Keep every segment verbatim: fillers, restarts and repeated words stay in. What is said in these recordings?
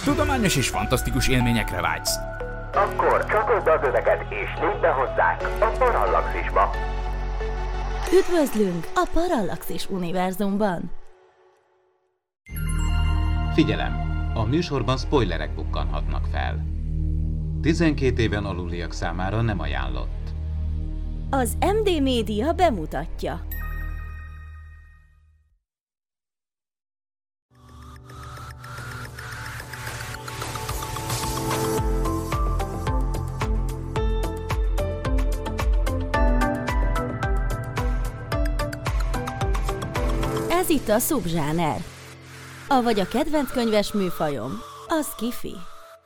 Tudományos és fantasztikus élményekre vágysz? Akkor csatold az öveket és lépj be hozzánk a Parallaxisba! Üdvözlünk a Parallaxis univerzumban! Figyelem! A műsorban spoilerek bukkanhatnak fel. tizenkét éven aluliak számára nem ajánlott. Az em dé Média bemutatja. Ez itt a szubzsáner. Avagy a kedvenc könyves műfajom, a sci-fi.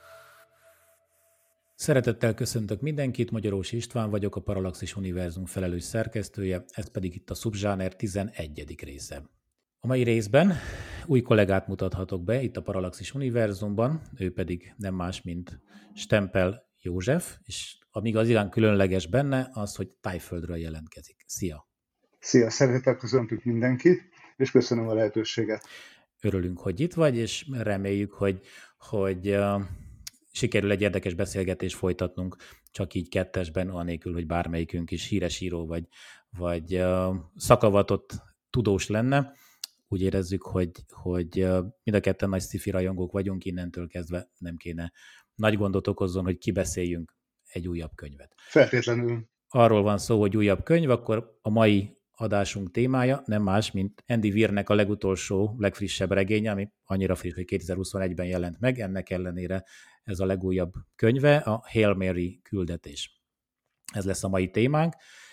Szeretettel köszöntök mindenkit, Magyarós István vagyok, a Parallaxis univerzum felelős szerkesztője, ez pedig itt a szubzsáner tizenegyedik része. A mai részben új kollégát mutathatok be itt a Parallaxis univerzumban, ő pedig nem más, mint Stempel József, és ami igazán különleges benne, az, hogy Tájföldről jelentkezik. Szia! Szia! Szeretettel köszöntök mindenkit, és köszönöm a lehetőséget. Örülünk, hogy itt vagy, és reméljük, hogy, hogy uh, sikerül egy érdekes beszélgetést folytatnunk, csak így kettesben, anélkül, hogy bármelyikünk is híresíró vagy, vagy uh, szakavatott tudós lenne. Úgy érezzük, hogy, hogy uh, mind a ketten nagy sci-fi rajongók vagyunk, innentől kezdve nem kéne nagy gondot okozzon, hogy kibeszéljünk egy újabb könyvet. Feltétlenül. Arról van szó, hogy újabb könyv, akkor a mai adásunk témája nem más, mint Andy Weirnek a legutolsó, legfrissebb regénye, ami annyira friss, hogy kétezer-huszonegyben jelent meg, ennek ellenére ez a legújabb könyve, a Hail Mary küldetés. Ez lesz a mai témánk,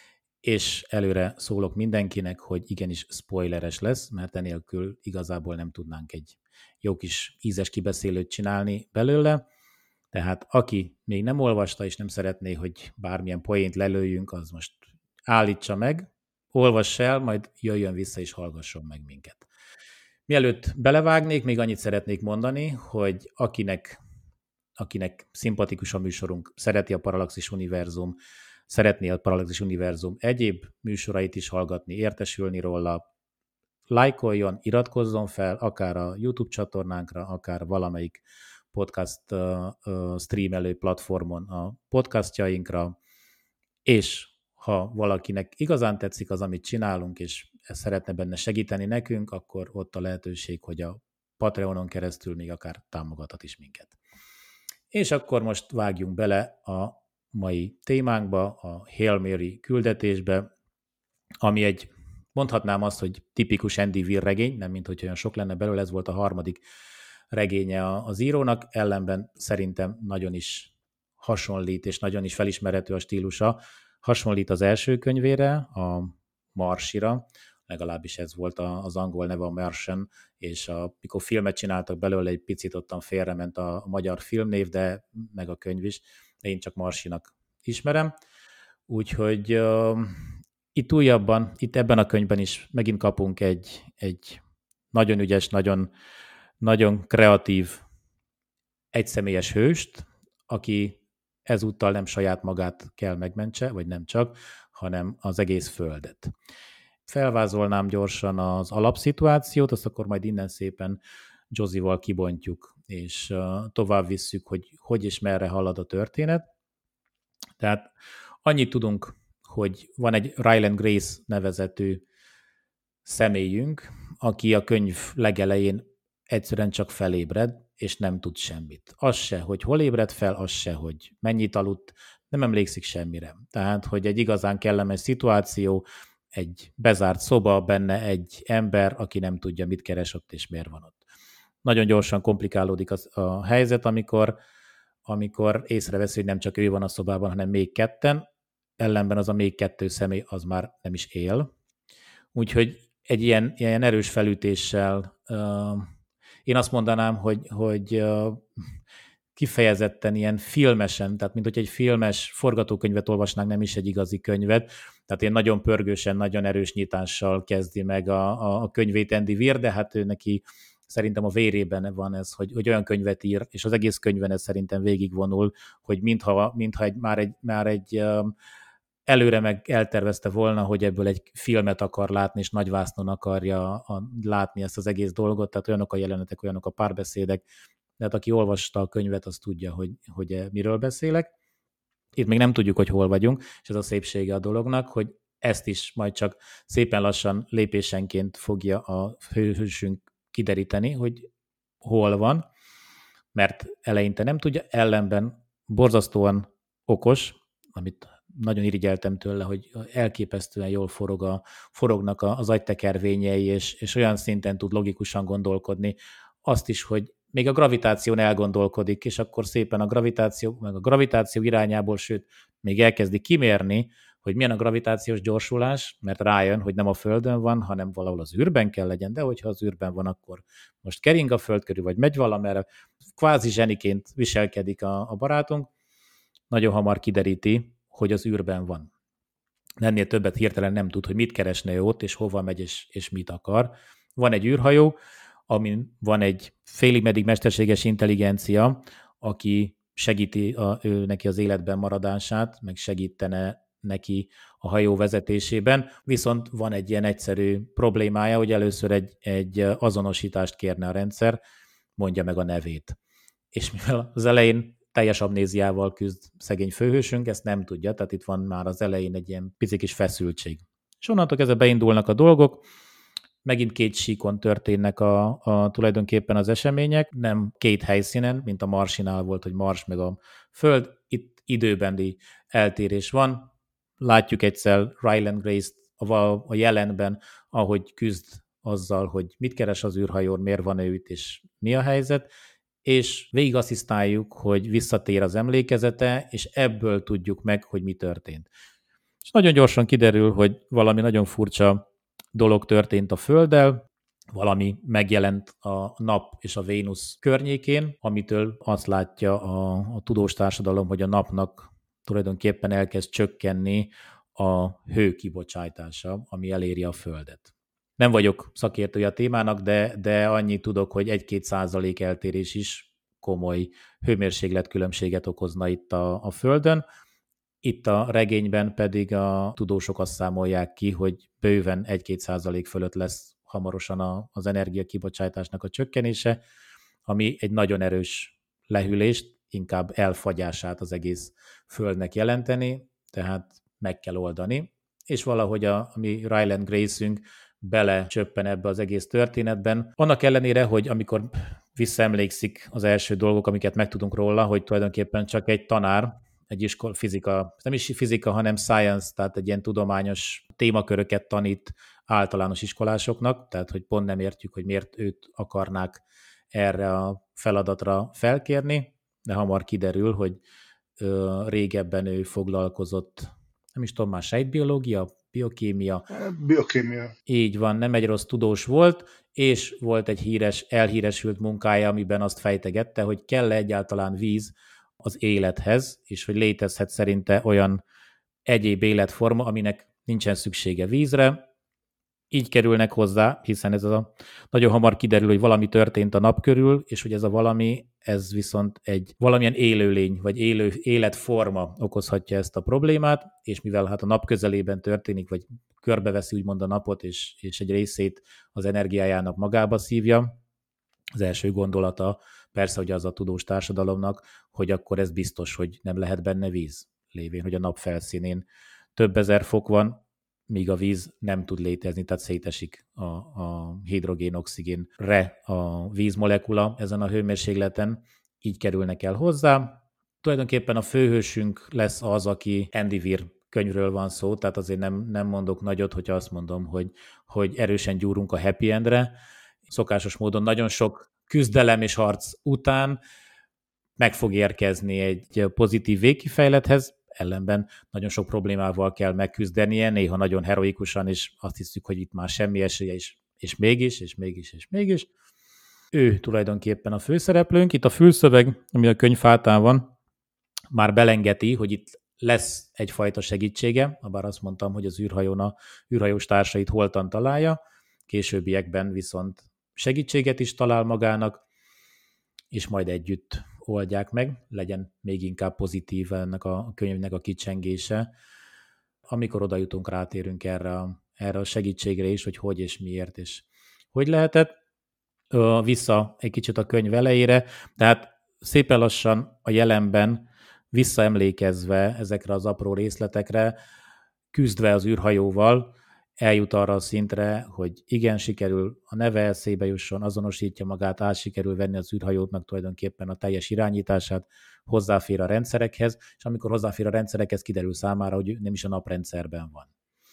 és előre szólok mindenkinek, hogy igenis spoileres lesz, mert enélkül igazából nem tudnánk egy jó kis ízes kibeszélőt csinálni belőle, tehát aki még nem olvasta, és nem szeretné, hogy bármilyen poént lelőjünk, az most állítsa meg, olvass el, majd jöjjön vissza és hallgasson meg minket. Mielőtt belevágnék, még annyit szeretnék mondani, hogy akinek, akinek szimpatikus a műsorunk, szereti a Parallaxis univerzum, szeretné a Parallaxis univerzum egyéb műsorait is hallgatni, értesülni róla, lájkoljon, iratkozzon fel, akár a YouTube csatornánkra, akár valamelyik podcast uh, uh, streamelő platformon a podcastjainkra, és ha valakinek igazán tetszik az, amit csinálunk, és ezt szeretne benne segíteni nekünk, akkor ott a lehetőség, hogy a Patreonon keresztül még akár támogathat is minket. És akkor most vágjunk bele a mai témánkba, a Hail Mary küldetésbe, ami egy, mondhatnám azt, hogy tipikus Andy Weir regény, nem mint hogy olyan sok lenne belőle, ez volt a harmadik regénye az írónak, ellenben szerintem nagyon is hasonlít, és nagyon is felismerhető a stílusa. Hasonlít az első könyvére, a Marsira, legalábbis ez volt az angol neve, a Martian, és a, mikor filmet csináltak belőle, egy picit ottan félrement a magyar filmnév, de meg a könyv is, de én csak Marsinak ismerem. Úgyhogy uh, itt újabban, itt ebben a könyvben is megint kapunk egy, egy nagyon ügyes, nagyon, nagyon kreatív, egyszemélyes hőst, aki ezúttal nem saját magát kell megmentse, vagy nem csak, hanem az egész Földet. Felvázolnám gyorsan az alapszituációt, azt akkor majd innen szépen Josival kibontjuk, és tovább visszük, hogy hogy és merre halad a történet. Tehát annyit tudunk, hogy van egy Ryland Grace nevezetű személyünk, aki a könyv legelején egyszerűen csak felébred, és nem tud semmit. Az se, hogy hol ébred fel, az se, hogy mennyit aludt, nem emlékszik semmire. Tehát, hogy egy igazán kellemes szituáció, egy bezárt szoba, benne egy ember, aki nem tudja, mit keres ott, és miért van ott. Nagyon gyorsan komplikálódik az, a helyzet, amikor, amikor észreveszi, hogy nem csak ő van a szobában, hanem még ketten, ellenben az a még kettő személy, az már nem is él. Úgyhogy egy ilyen, ilyen erős felütéssel uh, én azt mondanám, hogy, hogy kifejezetten ilyen filmesen, tehát mint hogy egy filmes forgatókönyvet olvasnánk, nem is egy igazi könyvet, tehát ilyen nagyon pörgősen, nagyon erős nyitással kezdi meg a, a, a könyvét Andy Weir, de hát ő neki szerintem a vérében van ez, hogy, hogy olyan könyvet ír, és az egész könyvben ez szerintem végigvonul, hogy mintha, mintha egy, már egy, már egy um, előre meg eltervezte volna, hogy ebből egy filmet akar látni, és nagyvásznon akarja a, látni ezt az egész dolgot, tehát olyanok a jelenetek, olyanok a párbeszédek, de hát aki olvasta a könyvet, az tudja, hogy, hogy miről beszélek. Itt még nem tudjuk, hogy hol vagyunk, és ez a szépsége a dolognak, hogy ezt is majd csak szépen lassan, lépésenként fogja a főhősünk kideríteni, hogy hol van, mert eleinte nem tudja, ellenben borzasztóan okos, amit nagyon irigyeltem tőle, hogy elképesztően jól forog a, forognak az agytekervényei, és, és olyan szinten tud logikusan gondolkodni. Azt is, hogy még a gravitáción elgondolkodik, és akkor szépen a gravitáció, meg a gravitáció irányából, sőt, még elkezdi kimérni, hogy milyen a gravitációs gyorsulás, mert rájön, hogy nem a Földön van, hanem valahol az űrben kell legyen, de hogyha az űrben van, akkor most kering a Föld körül, vagy megy valamerre, kvázi zseniként viselkedik a, a barátunk, nagyon hamar kideríti, hogy az űrben van. Ennél többet hirtelen nem tud, hogy mit keresne ott, és hova megy, és, és mit akar. Van egy űrhajó, amin van egy félig meddig mesterséges intelligencia, aki segíti a, ő neki az életben maradását, meg segítene neki a hajó vezetésében, viszont van egy ilyen egyszerű problémája, hogy először egy, egy azonosítást kérne a rendszer, mondja meg a nevét. És mivel az elején teljes amnéziával küzd szegény főhősünk, ezt nem tudja, tehát itt van már az elején egy ilyen pici kis feszültség. És onnantól kezdve beindulnak a dolgok, megint két síkon történnek a, a, tulajdonképpen az események, nem két helyszínen, mint a Marsinál volt, hogy Mars meg a Föld, itt időbeni eltérés van. Látjuk egyszer Ryland Grace-t a, a jelenben, ahogy küzd azzal, hogy mit keres az űrhajón, miért van ő itt, és mi a helyzet, és végig asszisztáljuk, hogy visszatér az emlékezete, és ebből tudjuk meg, hogy mi történt. És nagyon gyorsan kiderül, hogy valami nagyon furcsa dolog történt a Földdel, valami megjelent a Nap és a Vénusz környékén, amitől azt látja a, a tudós társadalom, hogy a Napnak tulajdonképpen elkezd csökkenni a hő kibocsátása, ami eléri a Földet. Nem vagyok szakértője a témának, de, de annyit tudok, hogy egy-két százalék eltérés is komoly hőmérsékletkülönbséget okozna itt a, a Földön. Itt a regényben pedig a tudósok azt számolják ki, hogy bőven egy-két százalék fölött lesz hamarosan a, az energiakibocsátásnak a csökkenése, ami egy nagyon erős lehűlést, inkább elfagyását az egész Földnek jelenteni, tehát meg kell oldani. És valahogy a, a mi Ryland Grace-ünk belecsöppen ebbe az egész történetben. Annak ellenére, hogy amikor visszaemlékszik az első dolgok, amiket megtudunk róla, hogy tulajdonképpen csak egy tanár, egy iskola, fizika, nem is fizika, hanem science, tehát egy ilyen tudományos témaköröket tanít általános iskolásoknak, tehát hogy pont nem értjük, hogy miért őt akarnák erre a feladatra felkérni, de hamar kiderül, hogy ö, régebben ő foglalkozott, nem is tudom már, sejtbiológia, biokémia. Biokémia. Így van, nem egy rossz tudós volt, és volt egy híres, elhíresült munkája, amiben azt fejtegette, hogy kell egyáltalán víz az élethez, és hogy létezhet szerinte olyan egyéb életforma, aminek nincsen szüksége vízre. Így kerülnek hozzá, hiszen ez a nagyon hamar kiderül, hogy valami történt a nap körül, és hogy ez a valami, ez viszont egy valamilyen élőlény, vagy élő életforma okozhatja ezt a problémát, és mivel hát a nap közelében történik, vagy körbeveszi úgymond a napot, és, és egy részét az energiájának magába szívja, az első gondolata persze, hogy az a tudós társadalomnak, hogy akkor ez biztos, hogy nem lehet benne víz, lévén, hogy a nap felszínén több ezer fok van, míg a víz nem tud létezni, tehát szétesik a, a hidrogén-oxigénre a vízmolekula ezen a hőmérsékleten, így kerülnek el hozzá. Tulajdonképpen a főhősünk lesz az, aki Andy Weir könyvről van szó, tehát azért nem, nem mondok nagyot, hogyha azt mondom, hogy, hogy erősen gyúrunk a happy endre. Szokásos módon nagyon sok küzdelem és harc után meg fog érkezni egy pozitív végkifejlethez, ellenben nagyon sok problémával kell megküzdenie, néha nagyon heroikusan, és azt hiszük, hogy itt már semmi esélye is, és mégis, és mégis, és mégis. Ő tulajdonképpen a főszereplőnk. Itt a fülszöveg, ami a könyv hátán van, már belengeti, hogy itt lesz egyfajta segítsége, abár azt mondtam, hogy az űrhajón a űrhajós társait holtan találja, későbbiekben viszont segítséget is talál magának, és majd együtt oldják meg, legyen még inkább pozitív ennek a könyvnek a kicsengése. Amikor oda jutunk, rátérünk erre a, erre a segítségre is, hogy hogy és miért és hogy lehetett. vissza egy kicsit a könyv elejére, tehát szépen lassan a jelenben visszaemlékezve ezekre az apró részletekre, küzdve az űrhajóval, eljut arra a szintre, hogy igen, sikerül a neve eszébe jusson, azonosítja magát, át sikerül venni az űrhajótnak tulajdonképpen a teljes irányítását, hozzáfér a rendszerekhez, és amikor hozzáfér a rendszerekhez, kiderül számára, hogy nem is a naprendszerben van.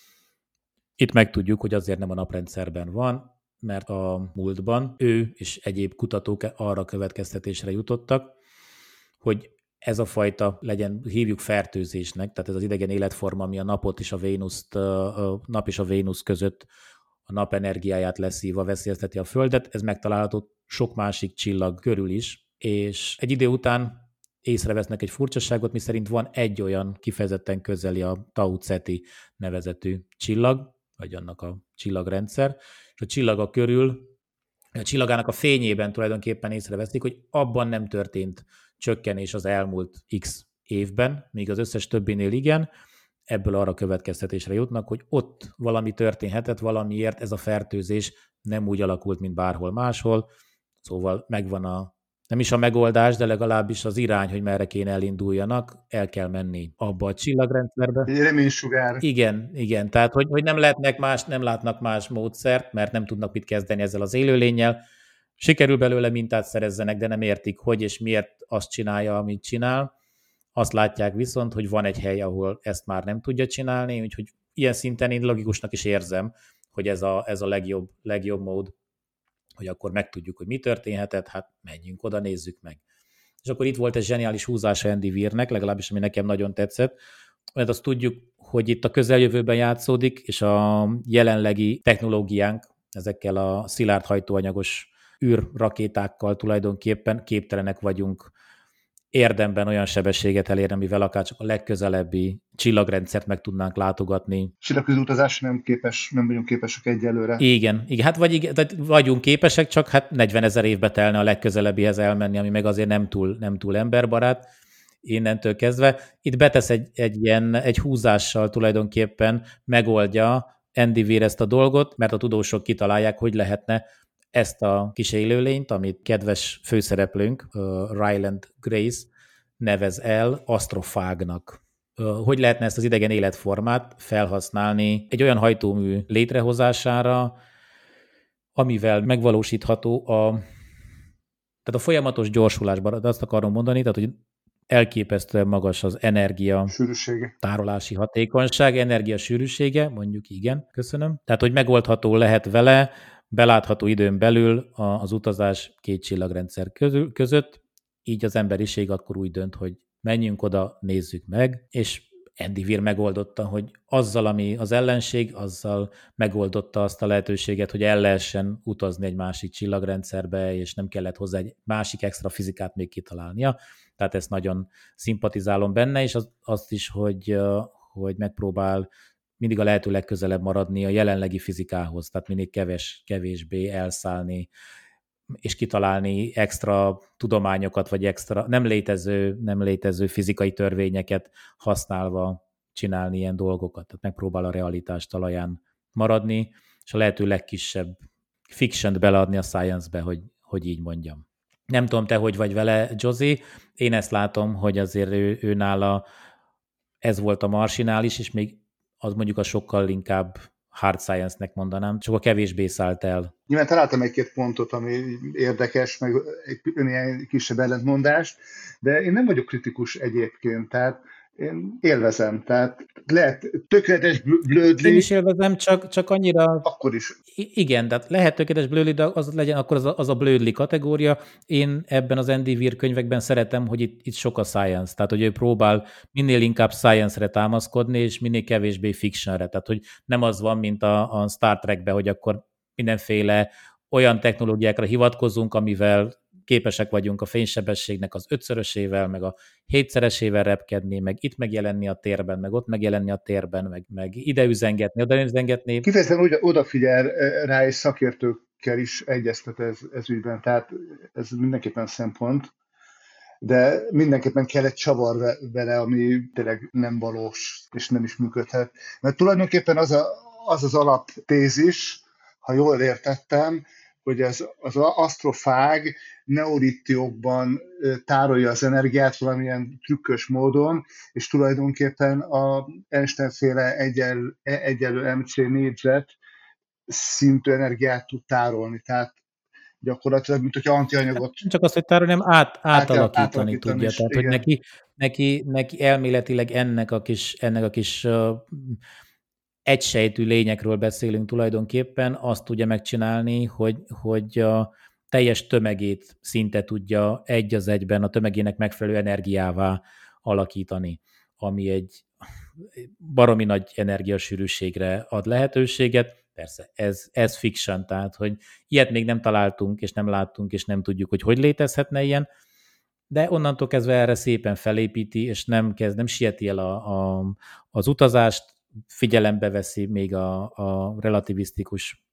Itt megtudjuk, hogy azért nem a naprendszerben van, mert a múltban ő és egyéb kutatók arra következtetésre jutottak, hogy ez a fajta, legyen, hívjuk fertőzésnek, tehát ez az idegen életforma, ami a napot és a Vénuszt, a nap és a Vénusz között a nap energiáját leszívva veszélyezteti a Földet, ez megtalálható sok másik csillag körül is, és egy idő után észrevesznek egy furcsaságot, miszerint van egy olyan kifejezetten közeli a Tau Ceti nevezetű csillag, vagy annak a csillagrendszer, és a csillaga körül, a csillagának a fényében tulajdonképpen észreveszik, hogy abban nem történt csökkenés az elmúlt X évben, míg az összes többinél igen, ebből arra következtetésre jutnak, hogy ott valami történhetett, valamiért ez a fertőzés nem úgy alakult, mint bárhol máshol, szóval megvan a, nem is a megoldás, de legalábbis az irány, hogy merre kéne elinduljanak, el kell menni abba a csillagrendszerbe. Egy reménysugár. Igen, igen, tehát hogy, hogy nem lehetnek más, nem látnak más módszert, mert nem tudnak mit kezdeni ezzel az élőlénnyel. Sikerül belőle mintát szerezzenek, de nem értik, hogy és miért azt csinálja, amit csinál. Azt látják viszont, hogy van egy hely, ahol ezt már nem tudja csinálni, úgyhogy ilyen szinten én logikusnak is érzem, hogy ez a, ez a legjobb, legjobb mód, hogy akkor megtudjuk, hogy mi történhetett, hát menjünk oda, nézzük meg. És akkor itt volt egy zseniális húzása Andy Weirnek, legalábbis ami nekem nagyon tetszett, mert azt tudjuk, hogy itt a közeljövőben játszódik, és a jelenlegi technológiánk ezekkel a szilárd hajtóanyagos űrrakétákkal tulajdonképpen képtelenek vagyunk érdemben olyan sebességet elérni, amivel akár csak a legközelebbi csillagrendszert meg tudnánk látogatni. Csillagközi utazásra nem képes, nem vagyunk képesek egyelőre. Igen, igen, hát vagy, igen, tehát vagyunk képesek, csak hát negyvenezer évbe telne a legközelebbihez elmenni, ami meg azért nem túl, nem túl emberbarát innentől kezdve. Itt betesz egy, egy ilyen, egy húzással tulajdonképpen megoldja Andy Weir ezt a dolgot, mert a tudósok kitalálják, hogy lehetne ezt a kis élőlényt, amit kedves főszereplőnk, uh, Ryland Grace nevez el asztrofágnak. Uh, hogy lehetne ezt az idegen életformát felhasználni egy olyan hajtómű létrehozására, amivel megvalósítható a, tehát a folyamatos gyorsulásban, de azt akarom mondani, tehát hogy elképesztően magas az energia sűrűsége, tárolási hatékonyság, energia sűrűsége, mondjuk igen, köszönöm. Tehát, hogy megoldható lehet vele, belátható időn belül az utazás két csillagrendszer között, így az emberiség akkor úgy dönt, hogy menjünk oda, nézzük meg, és Andy Weir megoldotta, hogy azzal, ami az ellenség, azzal megoldotta azt a lehetőséget, hogy el lehessen utazni egy másik csillagrendszerbe, és nem kellett hozzá egy másik extra fizikát még kitalálnia. Tehát ezt nagyon szimpatizálom benne, és az, azt is, hogy, hogy megpróbál mindig a lehető legközelebb maradni a jelenlegi fizikához, tehát mindig keves, kevésbé elszállni, és kitalálni extra tudományokat, vagy extra nem létező, nem létező fizikai törvényeket használva csinálni ilyen dolgokat. Tehát megpróbál a realitás talaján maradni, és a lehető legkisebb fiction-t beleadni a science-be, hogy, hogy így mondjam. Nem tudom, te hogy vagy vele, Josie. Én ezt látom, hogy azért ő, ő nála ez volt a Marsinál is, és még az mondjuk a sokkal inkább hard science-nek mondanám, csak a kevésbé szállt el. Nyilván találtam egy-két pontot, ami érdekes, meg egy ilyen kisebb ellentmondást, de én nem vagyok kritikus egyébként, tehát én élvezem, tehát lehet tökéletes blödli. Én is élvezem, csak, csak annyira... Akkor is. Igen, tehát lehet tökéletes blödli, de az legyen akkor az a, az a blödli kategória. Én ebben az Andy Weir könyvekben szeretem, hogy itt, itt sok a science, tehát hogy ő próbál minél inkább science-re támaszkodni, és minél kevésbé fictionre. Tehát, hogy nem az van, mint a, a Star Trekben, hogy akkor mindenféle olyan technológiákra hivatkozunk, amivel képesek vagyunk a fénysebességnek az ötszörösével, meg a hétszeresével repkedni, meg itt megjelenni a térben, meg ott megjelenni a térben, meg, meg ide üzengetni, oda üzengetni. Kifejezetten úgy odafigyel rá, és szakértőkkel is egyeztet ez, ez ügyben, tehát ez mindenképpen szempont, de mindenképpen kell egy csavar vele, ami tényleg nem valós, és nem is működhet. Mert tulajdonképpen az a, az, az alaptézis, ha jól értettem, hogy az, az asztrofág neolitiokban tárolja az energiát valamilyen trükkös módon, és tulajdonképpen a Einstein-féle egyel, egyenlő em cé négyzet szintű energiát tud tárolni. Tehát gyakorlatilag, mint hogyha antianyagot... Nem csak azt, hogy tárolni, hanem át, átalakítani, átalakítani tudja. Is, Tehát, hogy neki, neki, neki elméletileg ennek a kis, ennek a kis uh, egysejtű lényekről beszélünk tulajdonképpen, azt tudja megcsinálni, hogy, hogy a teljes tömegét szinte tudja egy az egyben a tömegének megfelelő energiává alakítani, ami egy baromi nagy energiasűrűségre ad lehetőséget. Persze, ez, ez fiction, tehát, hogy ilyet még nem találtunk, és nem láttunk, és nem tudjuk, hogy hogy létezhetne ilyen, de onnantól kezdve erre szépen felépíti, és nem kezd, nem sieti el a, a, az utazást, figyelembe veszi még a, a relativisztikus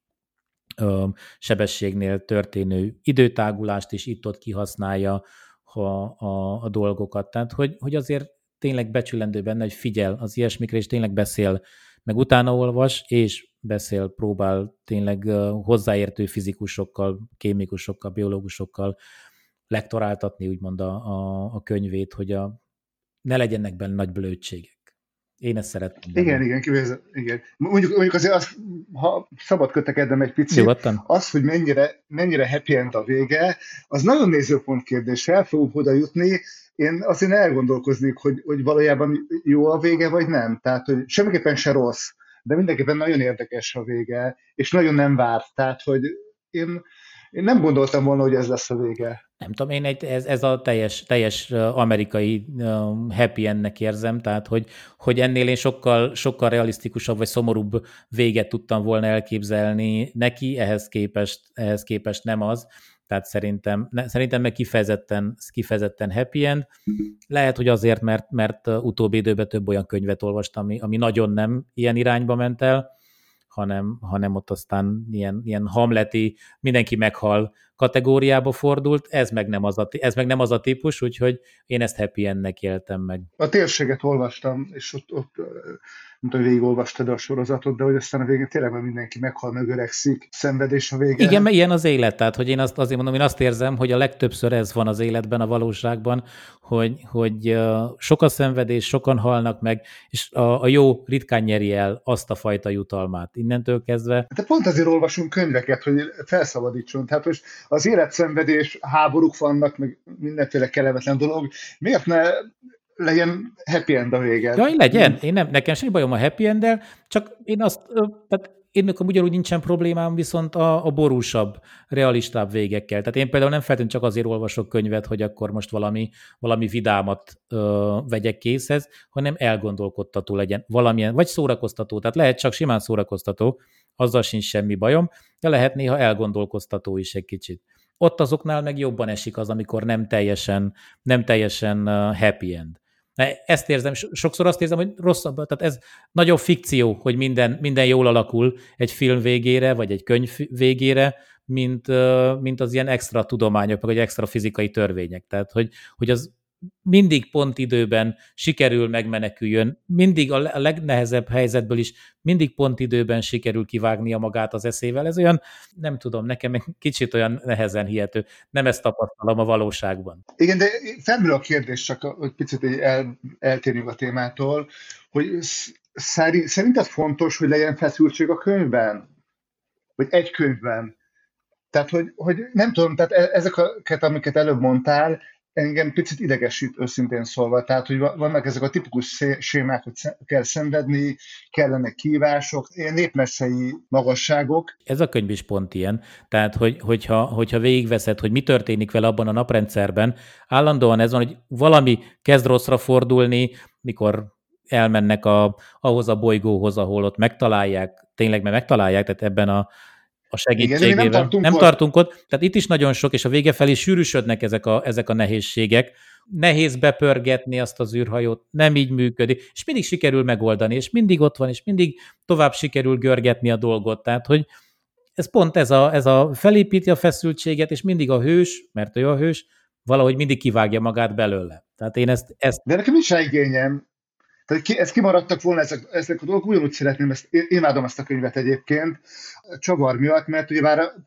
ö, sebességnél történő időtágulást is itt-ott kihasználja a, a, a dolgokat. Tehát, hogy, hogy azért tényleg becsülendő benne, hogy figyel az ilyesmikre, és tényleg beszél, meg utána olvas, és beszél, próbál tényleg hozzáértő fizikusokkal, kémikusokkal, biológusokkal lektoráltatni, úgymond a, a, a könyvét, hogy a, ne legyenek benne nagy blödségek. Én ezt szeretem. Igen, benne. igen, kivégez, igen. Mondjuk, mondjuk azért azt, ha szabad kötekednem egy picit, Nyugodtan. Az, hogy mennyire, mennyire happy end a vége, az nagyon nézőpont kérdés, el fogunk oda jutni. Én azért elgondolkoznék, hogy, hogy valójában jó a vége, vagy nem. Tehát, hogy semmiképpen se rossz, de mindenképpen nagyon érdekes a vége, és nagyon nem várt. Tehát, hogy én, én nem gondoltam volna, hogy ez lesz a vége. Nem tudom, én egy, ez, ez a teljes, teljes amerikai uh, happy endnek érzem, tehát, hogy, hogy ennél én sokkal, sokkal realisztikusabb, vagy szomorúbb véget tudtam volna elképzelni neki, ehhez képest, ehhez képest nem az. Tehát szerintem, ne, szerintem meg kifejezetten, kifejezetten happy end. Lehet, hogy azért, mert, mert utóbbi időben több olyan könyvet olvastam, ami, ami nagyon nem ilyen irányba ment el, hanem, hanem ott aztán ilyen, ilyen hamleti, mindenki meghal kategóriába fordult, ez meg, nem az a, ez meg nem az a típus, úgyhogy én ezt happy endnek éltem meg. A Térséget olvastam, és ott, ott nem tudom, végigolvastad a sorozatot, de hogy aztán a végén tényleg mindenki meghal, megöregszik, szenvedés a vége. Igen, mert ilyen az élet, tehát hogy én azt, azért mondom, én azt érzem, hogy a legtöbbször ez van az életben, a valóságban, hogy, hogy sok a szenvedés, sokan halnak meg, és a, a jó ritkán nyeri el azt a fajta jutalmát. Innentől kezdve... De pont azért olvasunk könyveket, hogy felszabadítson. Tehát most az életszenvedés, háborúk vannak, meg mindenféle kellemetlen dolog. Miért ne legyen happy end a vége? Jaj, legyen. Én nem, nekem semmi bajom a happy end-del, csak én azt, tehát én nekem ugyanúgy nincsen problémám, viszont a, a borúsabb, realistább végekkel. Tehát én például nem feltétlenül csak azért olvasok könyvet, hogy akkor most valami, valami vidámat ö, vegyek készhez, hanem elgondolkodtató legyen valamilyen, vagy szórakoztató. Tehát lehet csak simán szórakoztató, azzal sincs semmi bajom, de lehet néha elgondolkoztató is egy kicsit. Ott azoknál meg jobban esik az, amikor nem teljesen, nem teljesen happy end. Ezt érzem, sokszor azt érzem, hogy rosszabb, tehát ez nagyon fikció, hogy minden, minden jól alakul egy film végére, vagy egy könyv végére, mint, mint az ilyen extra tudományok, vagy extra fizikai törvények. Tehát, hogy, hogy az mindig pont időben sikerül megmeneküljön, mindig a legnehezebb helyzetből is mindig pont időben sikerül kivágnia magát az eszével. Ez olyan, nem tudom, nekem egy kicsit olyan nehezen hihető. Nem ezt tapasztalom a valóságban. Igen, de felmerül a kérdés, csak hogy picit el, eltérjünk a témától, hogy szerinted fontos, hogy legyen feszültség a könyvben? Vagy egy könyvben? Tehát, hogy, hogy nem tudom, tehát ezeket, amiket előbb mondtál, engem picit idegesít, őszintén szólva. Tehát, hogy vannak ezek a tipikus sémák, hogy kell szenvedni, kellenek kihívások, ilyen népmesei magasságok. Ez a könyv is pont ilyen. Tehát, hogy, hogyha, hogyha végigveszed, hogy mi történik vele abban a naprendszerben, állandóan ez van, hogy valami kezd rosszra fordulni, mikor elmennek a, ahhoz a bolygóhoz, ahol ott megtalálják, tényleg mert megtalálják, tehát ebben a a segítségével. Igen, nem tartunk, nem tartunk ott. Tehát itt is nagyon sok, és a vége felé sűrűsödnek ezek a, ezek a nehézségek. Nehéz bepörgetni azt az űrhajót, nem így működik, és mindig sikerül megoldani, és mindig ott van, és mindig tovább sikerül görgetni a dolgot. Tehát, hogy ez pont ez a, ez a felépíti a feszültséget, és mindig a hős, mert ő a hős, valahogy mindig kivágja magát belőle. Tehát én ezt... ezt... De nekem is igényem. Tehát ez kimaradtak volna ezek, ezek a dolgok, ugyanúgy szeretném, ezt, én imádom ezt a könyvet egyébként, csavar miatt, mert ugye már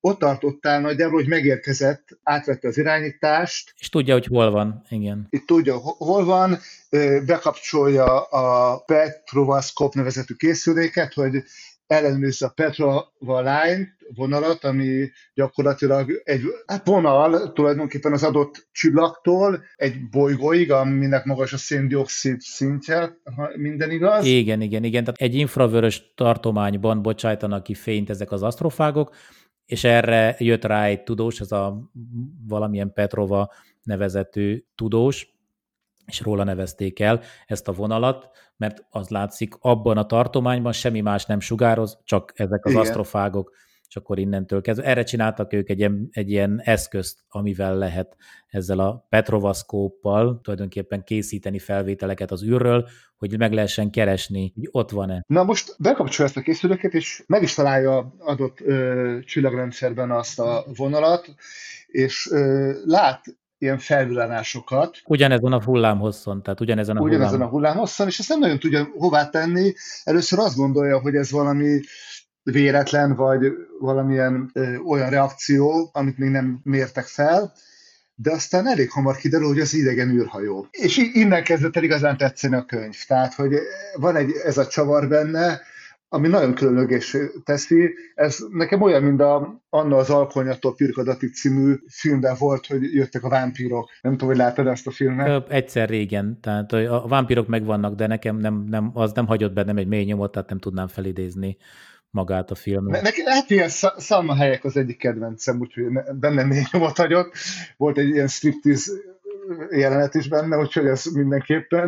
ott tartottál nagyjából, hogy megérkezett, átvette az irányítást. És tudja, hogy hol van, igen. Itt tudja, hol van, bekapcsolja a Petrovskop nevezetű készüléket, hogy ellenőrizze a Petrova Line vonalat, ami gyakorlatilag egy hát vonal tulajdonképpen az adott csillagtól egy bolygóig, aminek magas a széndioxid szintje, ha minden igaz. Igen, igen, igen. Tehát egy infravörös tartományban bocsájtanak ki fényt ezek az asztrofágok, és erre jött rá egy tudós, ez a valamilyen Petrova nevezetű tudós, és róla nevezték el ezt a vonalat, mert az látszik, abban a tartományban semmi más nem sugároz, csak ezek az Igen. asztrofágok, és akkor innentől kezdve. Erre csináltak ők egy ilyen, egy ilyen eszközt, amivel lehet ezzel a Petrovskóppal tulajdonképpen készíteni felvételeket az űrről, hogy meg lehessen keresni, hogy ott van-e. Na most bekapcsolja ezt a készüléket, és meg is találja adott ö, csillagrendszerben azt a vonalat, és ö, lát ilyen felvillanásokat. Ugyanezen a hullámhosszon, tehát ugyanezen a Ugyanezen hullám... a hullámhosszon, és ezt nem nagyon tudja hová tenni. Először azt gondolja, hogy ez valami véletlen, vagy valamilyen ö, olyan reakció, amit még nem mértek fel, de aztán elég hamar kiderül, hogy az idegen űrhajó. És innen kezdett el igazán tetszeni a könyv. Tehát, hogy van egy, ez a csavar benne, ami nagyon különleges teszi. Ez nekem olyan, mint a, Anna az Alkonyattól Pirkadatig című filmben volt, hogy jöttek a vámpírok. Nem tudom, hogy láttad ezt a filmet? Egyszer régen. Tehát a vámpírok megvannak, de nekem nem, nem, az nem hagyott bennem egy mély nyomot, tehát nem tudnám felidézni magát a filmet. Nekem hát ilyen Salma Hayek az egyik kedvencem, úgyhogy bennem mély nyomot hagyott. Volt egy ilyen striptease jelenet is benne, úgyhogy ez mindenképpen.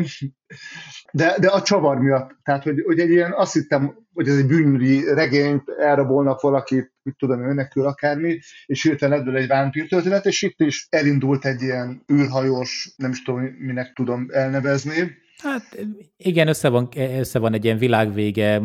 De, de a csavar miatt, tehát, hogy, hogy egy ilyen, azt hittem, hogy ez egy bűnügyi regényt, elrabolnak valakit, mit tudom, önekül akármi, és hirtelen ebből egy vámpírtörténet, és itt is elindult egy ilyen űrhajós, nem is tudom, minek tudom elnevezni. Hát igen, össze van, össze van egy ilyen világvége,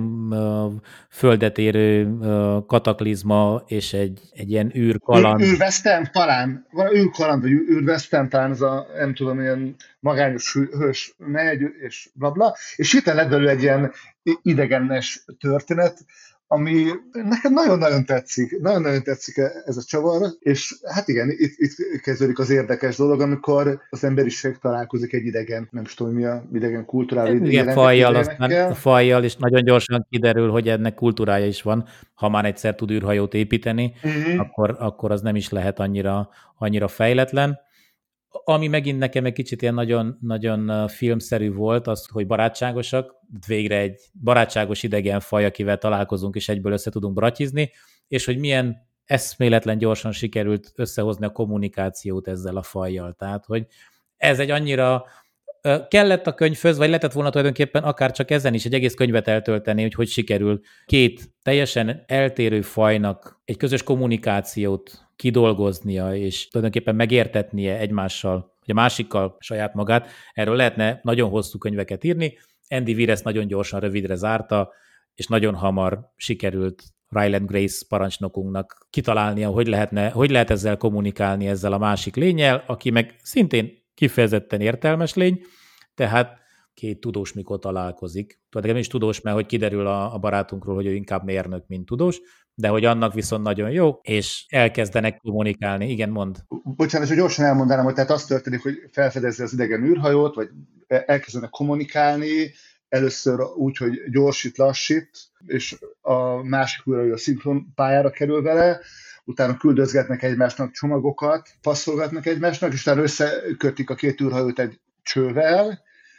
földet érő kataklizma, és egy, egy ilyen űrkaland. Űr, űrvesztem talán, van űrkaland, vagy űrvesztem talán, az a, nem tudom, ilyen magányos hős megy, és blabla, és itt lett belőle egy ilyen idegennes történet, ami nekem nagyon-nagyon tetszik, nagyon-nagyon tetszik ez a csavar, és hát igen, itt, itt kezdődik az érdekes dolog, amikor az emberiség találkozik egy idegen, nem tudom, mi a idegen kultúrával. Igen, fajjal, aztán a fajjal, és nagyon gyorsan kiderül, hogy ennek kultúrája is van, ha már egyszer tud űrhajót építeni, uh-huh. akkor, akkor az nem is lehet annyira, annyira fejletlen. Ami megint nekem egy kicsit ilyen nagyon, nagyon filmszerű volt, az, hogy barátságosak, végre egy barátságos idegen faj, akivel találkozunk, és egyből össze tudunk bratyizni, és hogy milyen eszméletlen gyorsan sikerült összehozni a kommunikációt ezzel a fajjal. Tehát, hogy ez egy annyira kellett a könyvhöz, vagy lehetett volna tulajdonképpen akár csak ezen is egy egész könyvet eltölteni, hogy hogy sikerül két teljesen eltérő fajnak egy közös kommunikációt kidolgoznia, és tulajdonképpen megértetnie egymással, vagy a másikkal saját magát. Erről lehetne nagyon hosszú könyveket írni. Andy Weir ezt nagyon gyorsan, rövidre zárta, és nagyon hamar sikerült Ryland Grace parancsnokunknak kitalálnia, hogy lehetne, hogy lehet ezzel kommunikálni ezzel a másik lénnyel, aki meg szintén kifejezetten értelmes lény, tehát két tudós mikor találkozik. Tulajdonképpen is tudós, mert hogy kiderül a, a barátunkról, hogy ő inkább mérnök, mint tudós, de hogy annak viszont nagyon jó, és elkezdenek kommunikálni. Igen, mond. Bocsánat, hogy gyorsan elmondanám, hogy tehát az történik, hogy felfedezi az idegen űrhajót, vagy elkezdenek kommunikálni, először úgy, hogy gyorsít, lassít, és a másik űrhajó a szinkron pályára kerül vele, utána küldözgetnek egymásnak csomagokat, passzolgatnak egymásnak, és utána összekötik a két űrhajót egy csővel,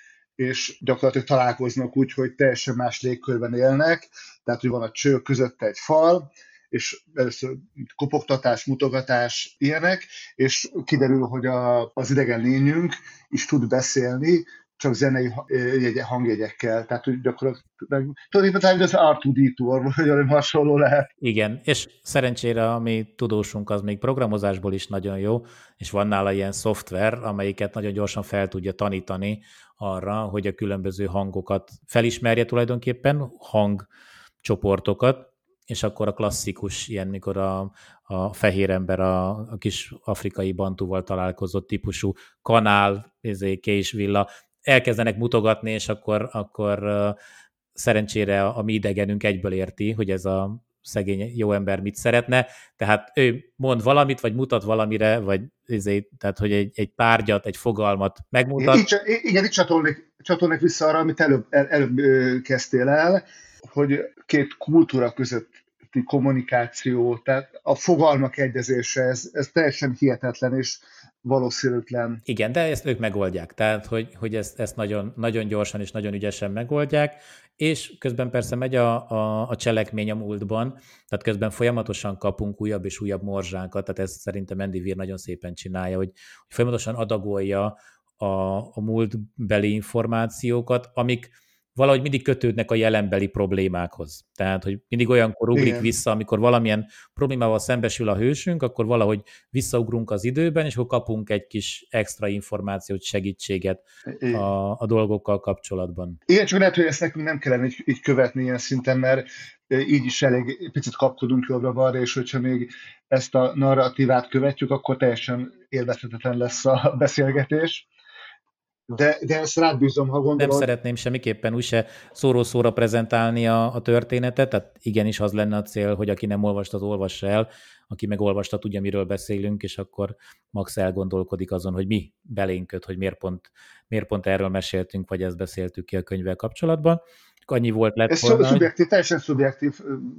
és gyakorlatilag találkoznak úgy, hogy teljesen más légkörben élnek, tehát hogy van a cső között egy fal, és először kopogtatás, mutogatás, ilyenek, és kiderül, hogy a, az idegen lényünk is tud beszélni, csak zenei hangjegyekkel, tehát hogy gyakorlatilag tulajdonképpen az er kettő dé kettő, vagy valami hasonló lehet. Igen, és szerencsére a mi tudósunk az még programozásból is nagyon jó, és van nála ilyen szoftver, amelyiket nagyon gyorsan fel tudja tanítani arra, hogy a különböző hangokat felismerje tulajdonképpen, hangcsoportokat, és akkor a klasszikus, ilyen mikor a, a fehér ember a, a kis afrikai bantúval találkozott típusú kanál, késvilla, elkezdenek mutogatni, és akkor, akkor uh, szerencsére a, a mi idegenünk egyből érti, hogy ez a szegény jó ember mit szeretne, tehát ő mond valamit, vagy mutat valamire, vagy ezért, tehát hogy egy, egy tárgyat, egy fogalmat megmutat. Így, igen, itt csatolnék, csatolnék vissza arra, amit előbb, el, előbb kezdtél el, hogy két kultúra közötti kommunikáció, tehát a fogalmak egyezése, ez, ez teljesen hihetetlen és valószínűtlen. Igen, de ezt ők megoldják, tehát hogy, hogy ezt, ezt nagyon, nagyon gyorsan és nagyon ügyesen megoldják, és közben persze megy a, a, a cselekmény a múltban, tehát közben folyamatosan kapunk újabb és újabb morzsákat, tehát ezt szerintem Andy Weir nagyon szépen csinálja, hogy, hogy folyamatosan adagolja a, a múltbeli információkat, amik valahogy mindig kötődnek a jelenbeli problémákhoz. Tehát, hogy mindig olyankor ugrik Igen. vissza, amikor valamilyen problémával szembesül a hősünk, akkor valahogy visszaugrunk az időben, és akkor kapunk egy kis extra információt, segítséget a, a dolgokkal kapcsolatban. Igen, csak lehet, hogy ezt nekünk nem kellene így, így követni ilyen szinten, mert így is elég picit kapkodunk jobbra-balra, és hogyha még ezt a narratívát követjük, akkor teljesen élvezhetetlen lesz a beszélgetés. De, de ezt rád bízom, ha gondolod. Nem szeretném semmiképpen úgyse szóró-szóra prezentálni a, a történetet, tehát igenis az lenne a cél, hogy aki nem olvasta, az olvassa el, aki meg olvasta, tudja, miről beszélünk, és akkor max elgondolkodik azon, hogy mi belénk köt, hogy miért pont, miért pont erről meséltünk, vagy ezt beszéltük ki a könyvvel kapcsolatban. Annyi volt lett Ez volna, szubjektív, hogy, teljesen szubjektív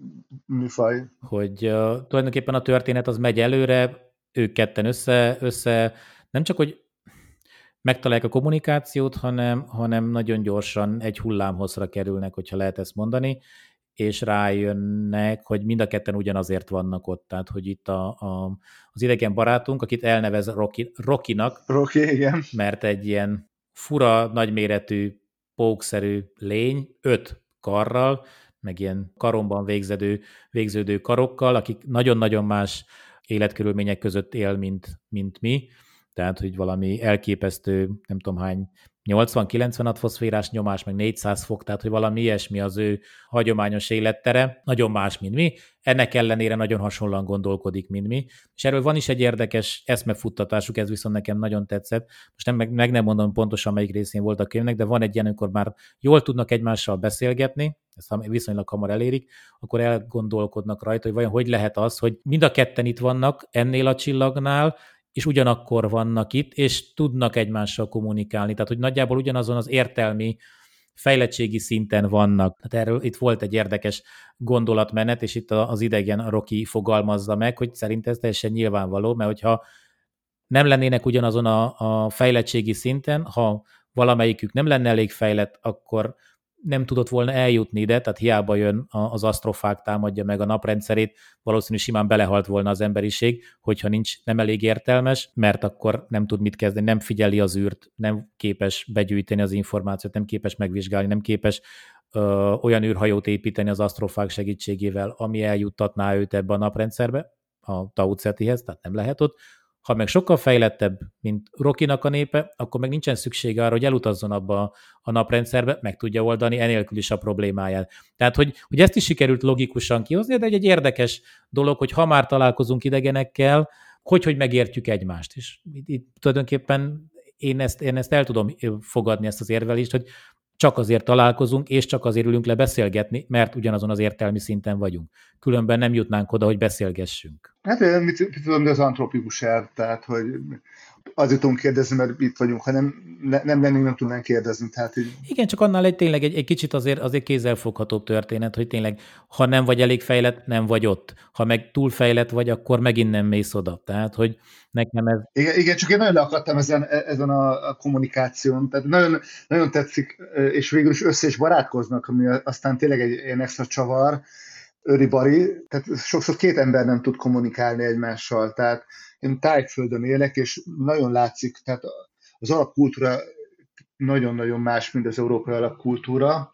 műfaj. Hogy uh, tulajdonképpen a történet az megy előre, ők ketten össze, össze nem csak, hogy megtalálják a kommunikációt, hanem, hanem nagyon gyorsan egy hullámhosszra kerülnek, hogyha lehet ezt mondani, és rájönnek, hogy mind a ketten ugyanazért vannak ott. Tehát, hogy itt a, a, az idegen barátunk, akit elnevez Rocky, Rockynak, Rocky, igen. Mert egy ilyen fura, nagyméretű, pókszerű lény, öt karral, meg ilyen karomban végződő, végződő karokkal, akik nagyon-nagyon más életkörülmények között él, mint, mint mi. Tehát, hogy valami elképesztő, nem tudom hány, nyolcvan-kilencven atmoszférás nyomás, meg négyszáz fok, tehát, hogy valami ilyesmi az ő hagyományos élettere, nagyon más, mint mi, ennek ellenére nagyon hasonlóan gondolkodik, mint mi, és erről van is egy érdekes eszmefuttatásuk, ez viszont nekem nagyon tetszett, most nem, meg, meg nem mondom pontosan, melyik részén volt a könyvnek, de van egy ilyen, amikor már jól tudnak egymással beszélgetni, ezt viszonylag hamar elérik, akkor elgondolkodnak rajta, hogy vajon hogy lehet az, hogy mind a ketten itt vannak ennél a csillagnál, és ugyanakkor vannak itt, és tudnak egymással kommunikálni. Tehát, hogy nagyjából ugyanazon az értelmi fejlettségi szinten vannak. Tehát erről itt volt egy érdekes gondolatmenet, és itt az idegen Rocky fogalmazza meg, hogy szerint ez teljesen nyilvánvaló, mert hogyha nem lennének ugyanazon a, a fejlettségi szinten, ha valamelyikük nem lenne elég fejlett, akkor nem tudott volna eljutni ide, tehát hiába jön az asztrofág, támadja meg a naprendszerét, valószínű simán belehalt volna az emberiség, hogyha nincs, nem elég értelmes, mert akkor nem tud mit kezdeni, nem figyeli az űrt, nem képes begyűjteni az információt, nem képes megvizsgálni, nem képes ö, olyan űrhajót építeni az asztrofág segítségével, ami eljuttatná őt ebbe a naprendszerbe, a Tau Cetihez, tehát nem lehet ott. Ha meg sokkal fejlettebb, mint Rockynak a népe, akkor meg nincsen szüksége arra, hogy elutazzon abba a naprendszerbe, meg tudja oldani enélkül is a problémáját. Tehát, hogy, hogy ezt is sikerült logikusan kihozni, de egy, egy érdekes dolog, hogy ha már találkozunk idegenekkel, hogy, hogy megértjük egymást. És itt, itt tulajdonképpen én ezt, én ezt el tudom fogadni, ezt az érvelést, hogy csak azért találkozunk, és csak azért ülünk le beszélgetni, mert ugyanazon az értelmi szinten vagyunk. Különben nem jutnánk oda, hogy beszélgessünk. Hát én mit, mit tudom, de az antropikus elv, tehát, hogy azért tudunk kérdezni, mert itt vagyunk, ha nem, nem lennénk, nem tudnánk kérdezni. Tehát így... Igen, csak annál egy tényleg egy, egy kicsit azért, azért kézzelfoghatóbb történet, hogy tényleg, ha nem vagy elég fejlett, nem vagy ott. Ha meg túl fejlett vagy, akkor megint nem mész oda. Tehát, hogy nekem ez... Igen, igen, csak én nagyon leakadtam ezen, ezen a, a kommunikáción, tehát nagyon, nagyon tetszik, és végül is össze is barátkoznak, ami aztán tényleg egy ilyen extra csavar, öri-bari, tehát sokszor két ember nem tud kommunikálni egymással, tehát én Tájföldön élek, és nagyon látszik, tehát az alapkultúra nagyon-nagyon más, mint az európai alapkultúra,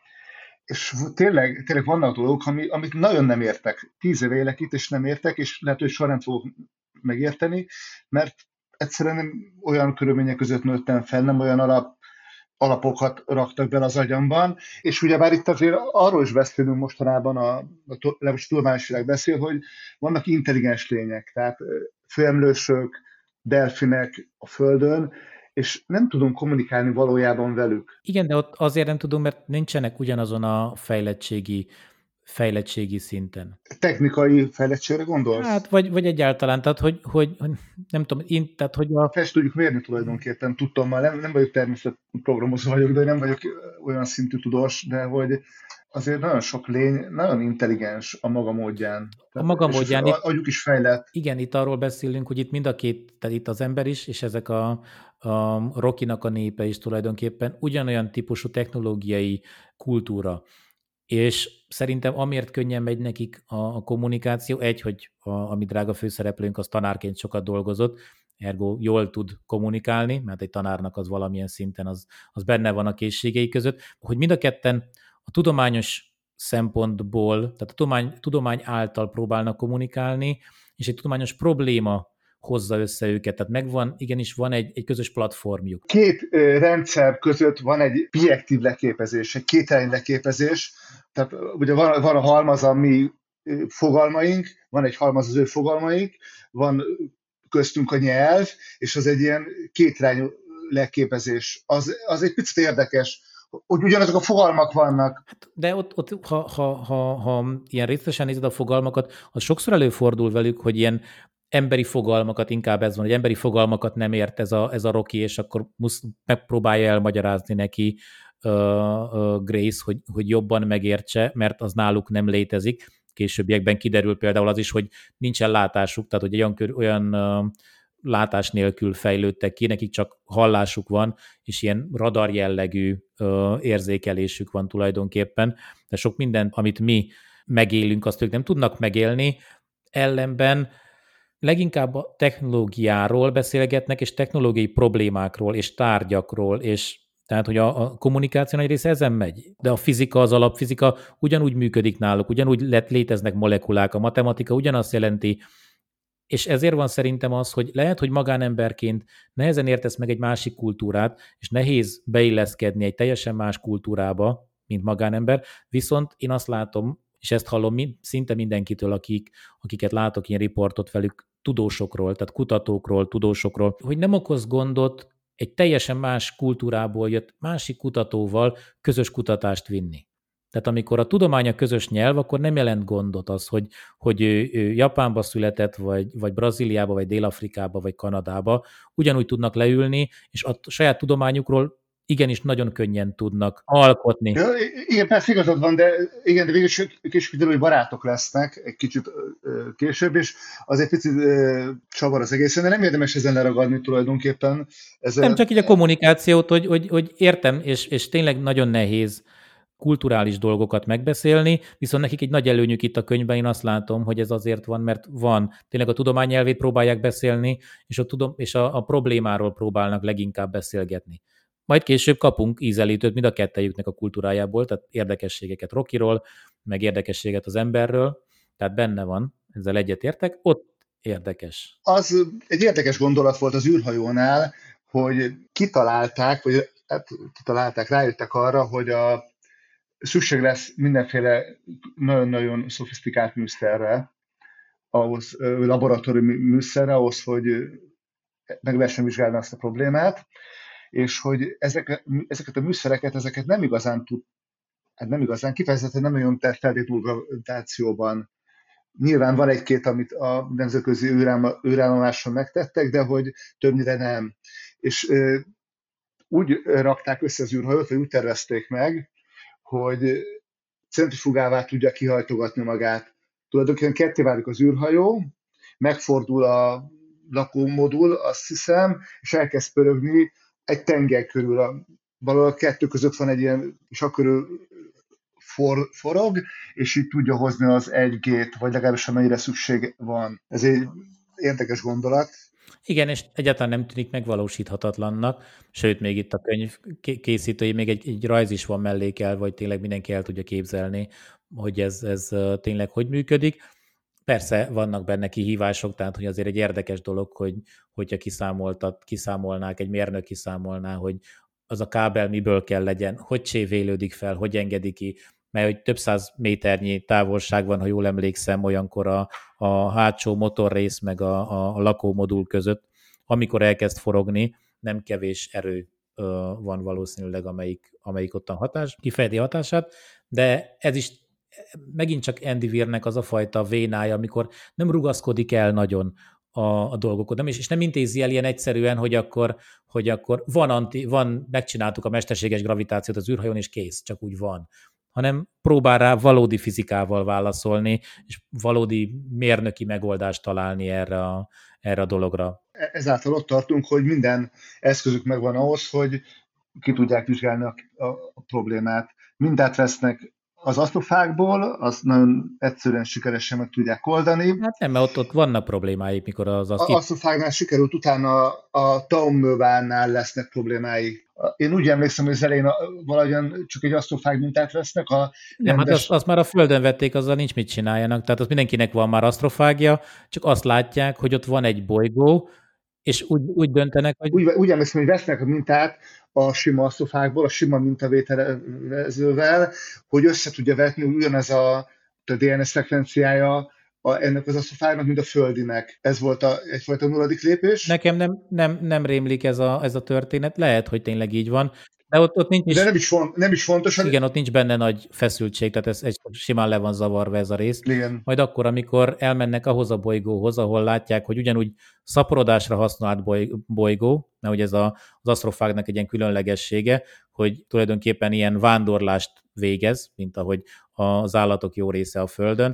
és tényleg, tényleg vannak dolgok, ami, amit nagyon nem értek. Tíz éve élek itt, és nem értek, és lehet, hogy soha nem fogok megérteni, mert egyszerűen nem olyan körülmények között nőttem fel, nem olyan alap, alapokat raktak bele az agyamban, és ugyebár itt azért arról is beszélünk mostanában, a, a legalábbis tudományos világ beszél, hogy vannak intelligens lények, tehát főemlősök, delfinek a Földön, és nem tudunk kommunikálni valójában velük. Igen, de ott azért nem tudunk, mert nincsenek ugyanazon a fejlettségi fejlettségi szinten. Technikai fejlettségre gondolsz? Hát, vagy, vagy egyáltalán, tehát hogy, hogy nem tudom, én, tehát hogy a... Fel tudjuk mérni tulajdonképpen, tudtommal, nem, nem vagyok természetprogramozó vagyok, de nem vagyok olyan szintű tudós, de hogy azért nagyon sok lény, nagyon intelligens a maga módján. A maga és módján. Az agyuk is fejlett. Igen, itt arról beszélünk, hogy itt mind a két, tehát itt az ember is, és ezek a, a Rockynak a népe is tulajdonképpen ugyanolyan típusú technológiai kultúra. És szerintem amiért könnyen megy nekik a, a kommunikáció, egy, hogy a, a mi drága főszereplőnk az tanárként sokat dolgozott, ergo jól tud kommunikálni, mert egy tanárnak az valamilyen szinten az, az benne van a készségei között, hogy mind a ketten a tudományos szempontból, tehát a tudomány, tudomány által próbálnak kommunikálni, és egy tudományos probléma hozza össze őket. Tehát megvan, igenis van egy, egy közös platformjuk. Két ö, rendszer között van egy bijektív leképezés, egy kételny leképezés. Tehát ugye van, van a halmaz a mi fogalmaink, van egy halmaz az ő fogalmaik, van köztünk a nyelv, és az egy ilyen kétirányú leképezés. Az, az egy picit érdekes, hogy ugyanazok a fogalmak vannak. De ott, ott ha, ha, ha, ha ilyen részletesen nézed a fogalmakat, az sokszor előfordul velük, hogy ilyen emberi fogalmakat, inkább ez van, hogy emberi fogalmakat nem ért ez a, ez a Rocky, és akkor musz, megpróbálja elmagyarázni neki uh, uh, Grace, hogy, hogy jobban megértse, mert az náluk nem létezik. Későbbiekben kiderül például az is, hogy nincsen látásuk, tehát hogy olyan, olyan uh, látás nélkül fejlődtek ki, nekik csak hallásuk van, és ilyen radar jellegű uh, érzékelésük van tulajdonképpen, de sok mindent, amit mi megélünk, azt ők nem tudnak megélni, ellenben leginkább a technológiáról beszélgetnek, és technológiai problémákról, és tárgyakról, és tehát, hogy a, a kommunikáció nagy része ezen megy. De a fizika, az alapfizika ugyanúgy működik náluk, ugyanúgy léteznek molekulák, a matematika ugyanazt jelenti, és ezért van szerintem az, hogy lehet, hogy magánemberként nehezen értesz meg egy másik kultúrát, és nehéz beilleszkedni egy teljesen más kultúrába, mint magánember, viszont én azt látom, és ezt hallom szinte mindenkitől, akik, akiket látok ilyen riportot velük, tudósokról, tehát kutatókról, tudósokról, hogy nem okoz gondot egy teljesen más kultúrából jött másik kutatóval közös kutatást vinni. Tehát amikor a tudomány a közös nyelv, akkor nem jelent gondot az, hogy, hogy ő, ő Japánba született, vagy, vagy Brazíliába, vagy Dél-Afrikába, vagy Kanadába, ugyanúgy tudnak leülni, és a saját tudományukról igenis nagyon könnyen tudnak alkotni. Ja, igen, persze igazad van, de igen, de végül is kiderül, hogy barátok lesznek egy kicsit később, és az egy picit csavar az egészen, de nem érdemes ezen leragadni tulajdonképpen. Ezzel... Nem csak így a kommunikációt, hogy, hogy, hogy értem, és, és tényleg nagyon nehéz kulturális dolgokat megbeszélni, viszont nekik egy nagy előnyük itt a könyvben, én azt látom, hogy ez azért van, mert van, tényleg a tudomány nyelvét próbálják beszélni, és a, tudom, és a, a problémáról próbálnak leginkább beszélgetni. Majd később kapunk ízelítőt mind a kettejüknek a kultúrájából, tehát érdekességeket Rockyról, meg érdekességet az emberről, tehát benne van, ezzel egyetértek, ott érdekes. Az egy érdekes gondolat volt az űrhajónál, hogy kitalálták, vagy hát, kitalálták, rájöttek arra, hogy a szükség lesz mindenféle nagyon-nagyon szofisztikált műszerre, ahhoz laboratóriumi műszerre, ahhoz, hogy meg lehessen vizsgálni azt a problémát, és hogy ezek, ezeket a műszereket, ezeket nem igazán tud, hát nem igazán, kifejezetten nem nagyon feltétlugatációban. Nyilván van egy-két, amit a nemzetközi űrállomáson megtettek, de hogy többnyire nem. És e, úgy rakták össze az űrhajót, vagy úgy tervezték meg, hogy centrifugává tudja kihajtogatni magát. Tulajdonképpen ketté válik az űrhajó, megfordul a lakómodul, azt hiszem, és elkezd pörögni egy tenger körül. A, valahol a kettő között van egy ilyen, és akkörül for, forog, és így tudja hozni az egy gét, vagy legalábbis amennyire szükség van. Ez egy érdekes gondolat. Igen, és egyáltalán nem tűnik megvalósíthatatlannak, sőt, még itt a könyv készítői, még egy, egy rajz is van mellékelve, vagy tényleg mindenki el tudja képzelni, hogy ez, ez tényleg hogy működik. Persze vannak benne kihívások, tehát hogy azért egy érdekes dolog, hogy hogyha kiszámoltat, kiszámolnák, egy mérnök kiszámolná, hogy az a kábel miből kell legyen, hogy csévélődik fel, hogy engedi ki, mert hogy több száz méternyi távolság van, ha jól emlékszem, olyankor a, a hátsó motorrész meg a, a lakómodul között, amikor elkezd forogni, nem kevés erő ö, van valószínűleg, amelyik, amelyik ott a hatás, kifejti hatását, de ez is megint csak Andy Weirnek az a fajta vénája, amikor nem rugaszkodik el nagyon a, a dolgokon, nem, és, és nem intézi el ilyen egyszerűen, hogy akkor, hogy akkor van, anti, van, megcsináltuk a mesterséges gravitációt az űrhajón, és kész, csak úgy van, hanem próbál rá valódi fizikával válaszolni, és valódi mérnöki megoldást találni erre a, erre a dologra. Ezáltal ott tartunk, hogy minden eszközük megvan ahhoz, hogy ki tudják vizsgálni a, a, a problémát. Mindent vesznek az asztrofákból, azt nagyon egyszerűen sikeresen meg tudják oldani. Hát nem, mert ott, ott vannak problémáik, mikor az... az az asztrofágnál sikerült, utána a Taummövánál lesznek problémái. Én úgy emlékszem, hogy az elején valahogyan csak egy asztrofág mintát vesznek. A nem, rendes... hát azt, azt már a Földön vették, azzal nincs mit csináljanak. Tehát az mindenkinek van már asztrofágja, csak azt látják, hogy ott van egy bolygó, és úgy, úgy döntenek, hogy... Úgy, úgy emlékszem, hogy vesznek a mintát a sima asztrofákból, a sima mintavételezővel, hogy össze tudja vetni ugyanez a, a dé en es szekvenciája a, ennek az asztrofágnak, mint a földinek. Ez volt a, egyfajta nulladik lépés. Nekem nem, nem, nem rémlik ez a, ez a történet, lehet, hogy tényleg így van. De ott, ott nincs is, De nem is, font, nem is fontos. Igen, ott nincs benne nagy feszültség, tehát ez, ez simán le van zavarva ez a rész. Igen. Majd akkor, amikor elmennek ahhoz a bolygóhoz, ahol látják, hogy ugyanúgy szaporodásra használt boly, bolygó, mert ugye ez a, az asztrofágnak egy ilyen különlegessége, hogy tulajdonképpen ilyen vándorlást végez, mint ahogy az állatok jó része a Földön.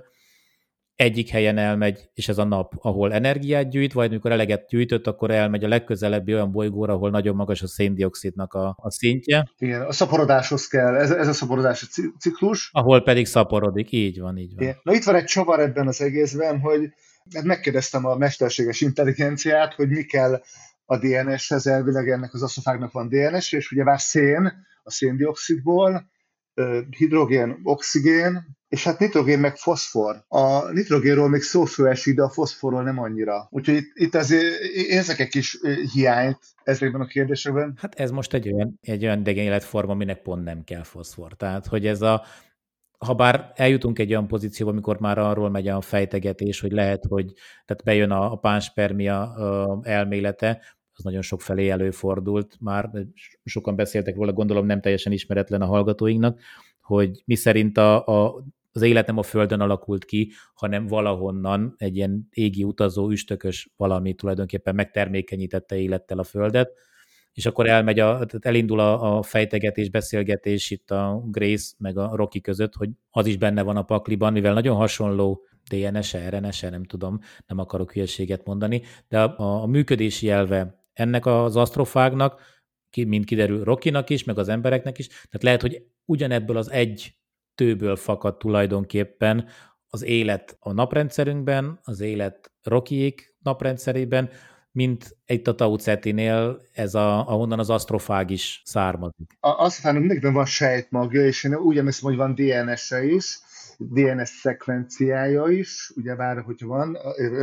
Egyik helyen elmegy, és ez a nap, ahol energiát gyűjt, vagy amikor eleget gyűjtött, akkor elmegy a legközelebbi olyan bolygóra, ahol nagyon magas a széndioxidnak a, a szintje. Igen, a szaporodáshoz kell, ez, ez a szaporodási ciklus. Ahol pedig szaporodik, így van, így van. Igen. Na itt van egy csavar ebben az egészben, hogy megkérdeztem a mesterséges intelligenciát, hogy mi kell a dé en es-hez, elvileg ennek az asztrofágnak van dé en es, és ugye már szén, a széndioxidból, hidrogén, oxigén, és hát nitrogén meg foszfor. A nitrogénról még szó fő esik, de a foszforról nem annyira. Úgyhogy itt, itt azért érzek egy kis hiányt ezekben a kérdésekben. Hát ez most egy olyan, egy olyan idegen életforma, aminek pont nem kell foszfor. Tehát, hogy ez a, ha bár eljutunk egy olyan pozícióba, amikor már arról megy a fejtegetés, hogy lehet, hogy tehát bejön a, a pánspermia elmélete, az nagyon sok felé előfordult, már sokan beszéltek róla, gondolom nem teljesen ismeretlen a hallgatóinknak, hogy mi szerint a, a, az élet nem a Földön alakult ki, hanem valahonnan egy ilyen égi utazó, üstökös valami tulajdonképpen megtermékenyítette élettel a Földet, és akkor elmegy a, tehát elindul a, a fejtegetés, beszélgetés itt a Grace meg a Rocky között, hogy az is benne van a pakliban, mivel nagyon hasonló dé en es-e, er en es-e, nem tudom, nem akarok hülyeséget mondani, de a, a működési elve ennek az asztrofágnak, mint kiderül Rockynak is, meg az embereknek is, tehát lehet, hogy ugyanebből az egy tőből fakad tulajdonképpen az élet a naprendszerünkben, az élet Rockyék naprendszerében, mint itt a Tau Cetinél, ez a, ahonnan az asztrofág is származik. A asztrofágnak mindenkiben van sejtmagja, és én úgy emlékszem, hogy van dé en es-e is, dé en es szekvenciája is, ugyebár, hogyha van,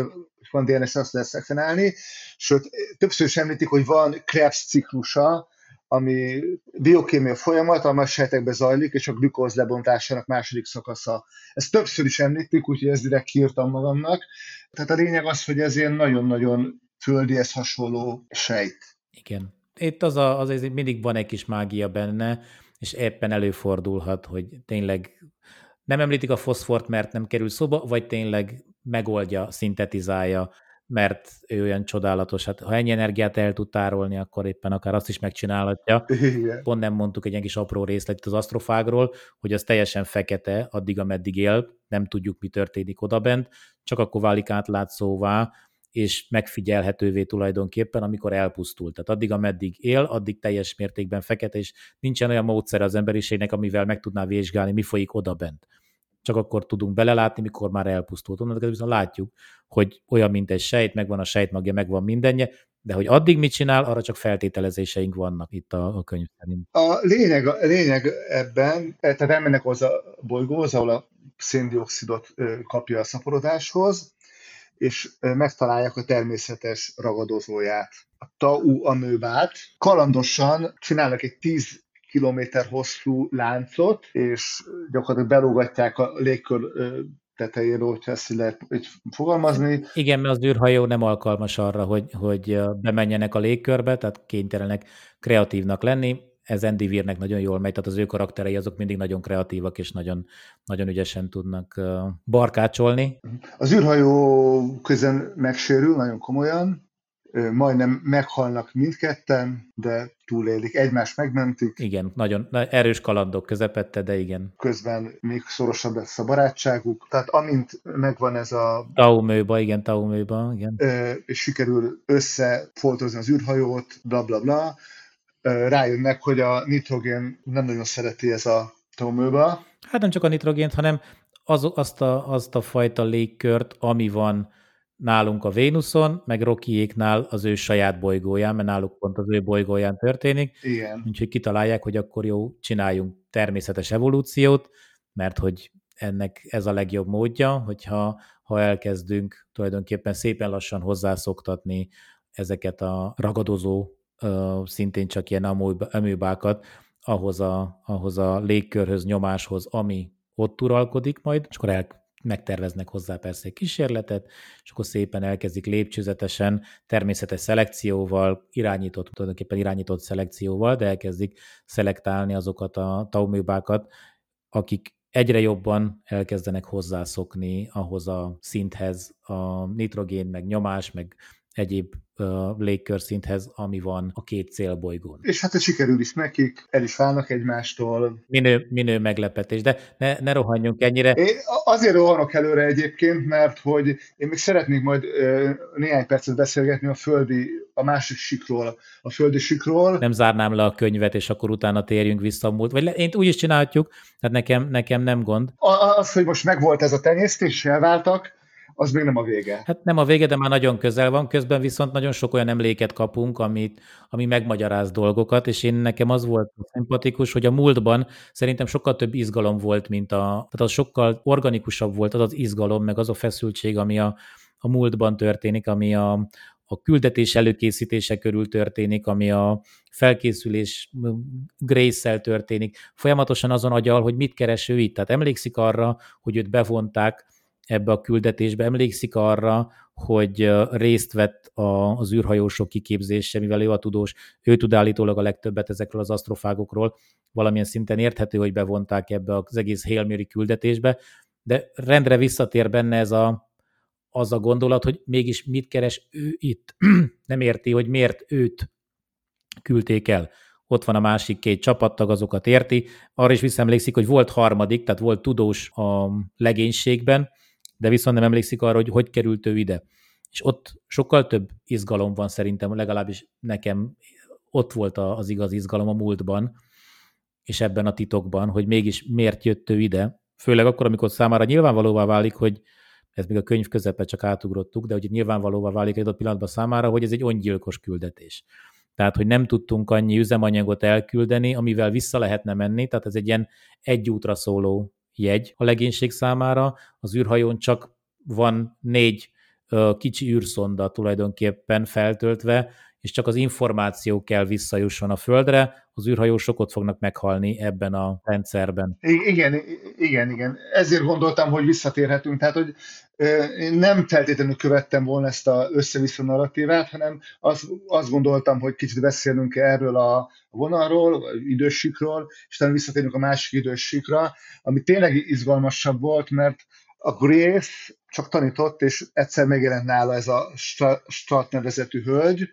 van dé en es, azt lehet szekvenálni, sőt, többször is említik, hogy van Krebs ciklusa, ami biokémia folyamat, amely sejtekbe zajlik, és a glükóz lebontásának második szakasza. Ezt többször is említik, úgyhogy ezt direkt kiírtam magamnak. Tehát a lényeg az, hogy ez ilyen nagyon-nagyon földihez hasonló sejt. Igen. Itt az a, az mindig van egy kis mágia benne, és éppen előfordulhat, hogy tényleg nem említik a foszfort, mert nem kerül szóba, vagy tényleg megoldja, szintetizálja, mert ő olyan csodálatos. Hát ha ennyi energiát el tud tárolni, akkor éppen akár azt is megcsinálhatja. Igen. Pont nem mondtuk egy ilyen kis apró részlet itt az asztrofágról, hogy az teljesen fekete, addig, ameddig él, nem tudjuk, mi történik odabent, csak akkor válik átlátszóvá, és megfigyelhetővé tulajdonképpen, amikor elpusztul. Tehát addig, ameddig él, addig teljes mértékben fekete, és nincsen olyan módszer az emberiségnek, amivel meg tudná vizsgálni, mi folyik odabent. Csak akkor tudunk belelátni, mikor már elpusztult. Onnan viszont látjuk, hogy olyan, mint egy sejt, megvan a sejtmagja, megvan mindenje, de hogy addig mit csinál, arra csak feltételezéseink vannak itt a, a könyv szerint. A lényeg, a lényeg ebben, tehát elmennek hozzá a bolygóhoz, ahol a széndioxidot kapja a szaporodáshoz, és megtalálják a természetes ragadozóját, a Tau amöbát. Kalandosan csinálnak egy tíz kilométer hosszú láncot, és gyakorlatilag belógatják a légkör tetejéről, hogyha ezt lehet így fogalmazni. Igen, mert az űrhajó nem alkalmas arra, hogy, hogy bemenjenek a légkörbe, tehát kénytelenek kreatívnak lenni. ez Andy Weirnek nagyon jól megy, tehát az ő karakterei azok mindig nagyon kreatívak, és nagyon, nagyon ügyesen tudnak barkácsolni. Az űrhajó közben megsérül nagyon komolyan, majdnem meghalnak mindketten, de túlélik, egymást megmentik. Igen, nagyon erős kalandok közepette, de igen. Közben még szorosabb lesz a barátságuk. Tehát amint megvan ez a... Taumőba, igen, Taumőba, igen. És sikerül összefoltozni az űrhajót, bla bla bla, rájönnek, hogy a nitrogén nem nagyon szereti ez a Taumőba. Hát nem csak a nitrogént, hanem az, azt, a, azt a fajta légkört, ami van nálunk a Vénuszon, meg Rockyéknál az ő saját bolygóján, mert náluk pont az ő bolygóján történik. Igen. Úgyhogy kitalálják, hogy akkor jó, csináljunk természetes evolúciót, mert hogy ennek ez a legjobb módja, hogyha ha elkezdünk tulajdonképpen szépen lassan hozzászoktatni ezeket a ragadozó, szintén csak ilyen amőbákat ahhoz a, ahhoz a légkörhöz, nyomáshoz, ami ott uralkodik majd, és akkor el megterveznek hozzá persze egy kísérletet, és akkor szépen elkezdik lépcsőzetesen, természetes szelekcióval, irányított, tulajdonképpen irányított szelekcióval, de elkezdik szelektálni azokat a taumőbákat, akik egyre jobban elkezdenek hozzászokni ahhoz a szinthez, a nitrogén, meg nyomás, meg egyéb uh, légkörszinthez, ami van a két célbolygón. És hát ez sikerül is nekik, el is válnak egymástól. Minő, minő meglepetés, de ne, ne rohanjunk ennyire. Én azért rohanok előre egyébként, mert hogy én még szeretnék majd uh, néhány percet beszélgetni a földi, a másik sikról, a földi sikról. Nem zárnám le a könyvet, és akkor utána térjünk vissza a múlt. Vagy le, én úgy is csinálhatjuk, tehát nekem, nekem nem gond. Az, hogy most megvolt ez a tenyésztés, elváltak, az még nem a vége. Hát nem a vége, de már nagyon közel van, közben viszont nagyon sok olyan emléket kapunk, amit, ami megmagyaráz dolgokat, és én nekem az volt szimpatikus, hogy a múltban szerintem sokkal több izgalom volt, mint a, tehát az sokkal organikusabb volt az az izgalom, meg az a feszültség, ami a, a múltban történik, ami a, a küldetés előkészítése körül történik, ami a felkészülés Grace-szel történik, folyamatosan azon agyal, hogy mit keres ő itt. Tehát emlékszik arra, hogy őt bevonták ebbe a küldetésbe, emlékszik arra, hogy részt vett az űrhajósok kiképzése, mivel ő a tudós, ő tud állítólag a legtöbbet ezekről az asztrofágokról, valamilyen szinten érthető, hogy bevonták ebbe az egész Hail Mary küldetésbe, de rendre visszatér benne ez a, az a gondolat, hogy mégis mit keres ő itt. Nem érti, hogy miért őt küldték el. Ott van a másik két csapattag, azokat érti. Arra is visszaemlékszik, hogy volt harmadik, tehát volt tudós a legénységben, de viszont nem emlékszik arra, hogy hogy került ő ide. És ott sokkal több izgalom van szerintem, legalábbis nekem ott volt az igaz izgalom a múltban, és ebben a titokban, hogy mégis miért jött ő ide. Főleg akkor, amikor számára nyilvánvalóvá válik, hogy ez még a könyv közepe csak átugrottuk, de hogy nyilvánvalóvá válik egy adott pillanatban számára, hogy ez egy ongyilkos küldetés. Tehát, hogy nem tudtunk annyi üzemanyagot elküldeni, amivel vissza lehetne menni, tehát ez egy ilyen egy útra szóló jegy a legénység számára. Az űrhajón csak van négy uh, kicsi űrszonda tulajdonképpen feltöltve, és csak az információ kell visszajusson a Földre, az űrhajósok ott fognak meghalni ebben a rendszerben. Igen, igen, igen. Ezért gondoltam, hogy visszatérhetünk. Tehát, hogy én nem feltétlenül követtem volna ezt az össze-vissza narratívát, hanem azt, azt gondoltam, hogy kicsit beszélünk erről a vonalról, időssikről, és talán visszatérünk a másik időssikra, ami tényleg izgalmasabb volt, mert a Grace csak tanított, és egyszer megjelent nála ez a Strat nevezetű hölgy,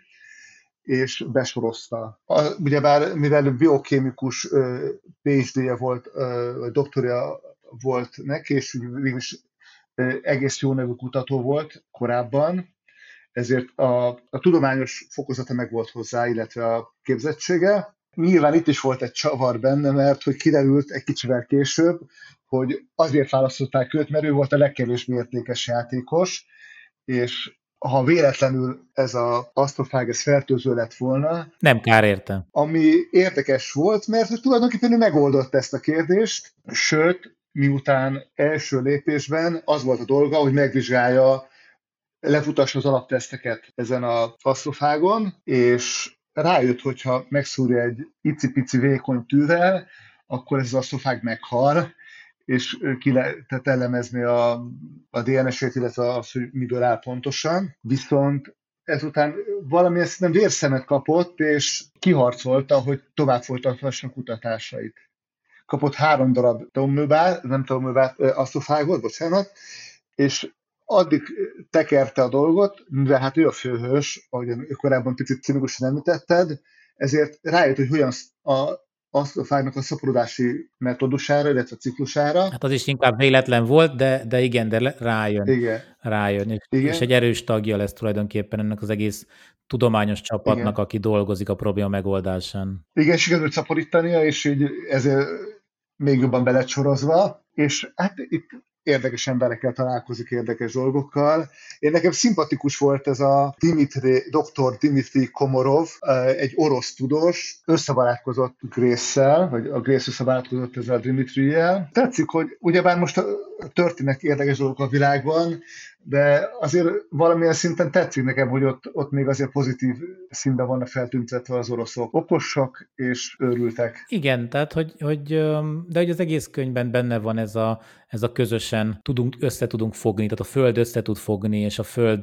és besorozta. A, ugyebár, mivel biokémikus PhD-je volt, vagy doktorja volt neki, és végülis egész jó nevű kutató volt korábban, ezért a, a tudományos fokozata meg volt hozzá, illetve a képzettsége. Nyilván itt is volt egy csavar benne, mert hogy kiderült egy kicsivel később, hogy azért választották őt, mert ő volt a legkevésbé értékes játékos, és ha véletlenül ez az asztrofág ez fertőző lett volna. Nem kár érte. Ami érdekes volt, mert hogy tulajdonképpen ő megoldotta ezt a kérdést, sőt, miután első lépésben az volt a dolga, hogy megvizsgálja, lefutassa az alapteszteket ezen az asztrofágon, és rájött, hogyha megszúrja egy icipici vékony tűvel, akkor ez az asztrofág meghal, és ki lehetett elemezni a, a dé en es-ét, illetve az, hogy miből áll pontosan. Viszont ezután valamilyen szinten vérszemet kapott, és kiharcolta, hogy tovább folytathassa kutatásait. Kapott három darab tomműbát, nem tomműbát, asztrofágot, bocsánat, és addig tekerte a dolgot, mivel hát ő a főhős, ahogy korábban picit cinikusan említetted, ezért rájött, hogy hogyan a asztrofágnak a szaporodási metódusára, illetve a ciklusára. Hát az is inkább véletlen volt, de, de igen, de rájön. Igen. rájön. És, Igen. és egy erős tagja lesz tulajdonképpen ennek az egész tudományos csapatnak, Igen. aki dolgozik a probléma megoldásán. Igen, sikerült szaporítania, és így ezért még jobban be lett sorozva, és hát itt érdekes emberekkel találkozik, érdekes dolgokkal. Én nekem szimpatikus volt ez a Dimitri, doktor Dimitri Komorov, egy orosz tudós, összebarátkozott Grace-szel, vagy a Grace összebarátkozott ezzel a Dimitrivel. Tetszik, hogy ugyebár most történnek érdekes dolgok a világban, de azért valamilyen szinten tetszik nekem, hogy ott, ott még azért pozitív színben vannak feltüntetve az oroszok. Okosak és őrültek. Igen, tehát, hogy, hogy, de hogy az egész könyvben benne van ez a, ez a közösen tudunk, össze tudunk fogni, tehát a Föld össze tud fogni, és a Föld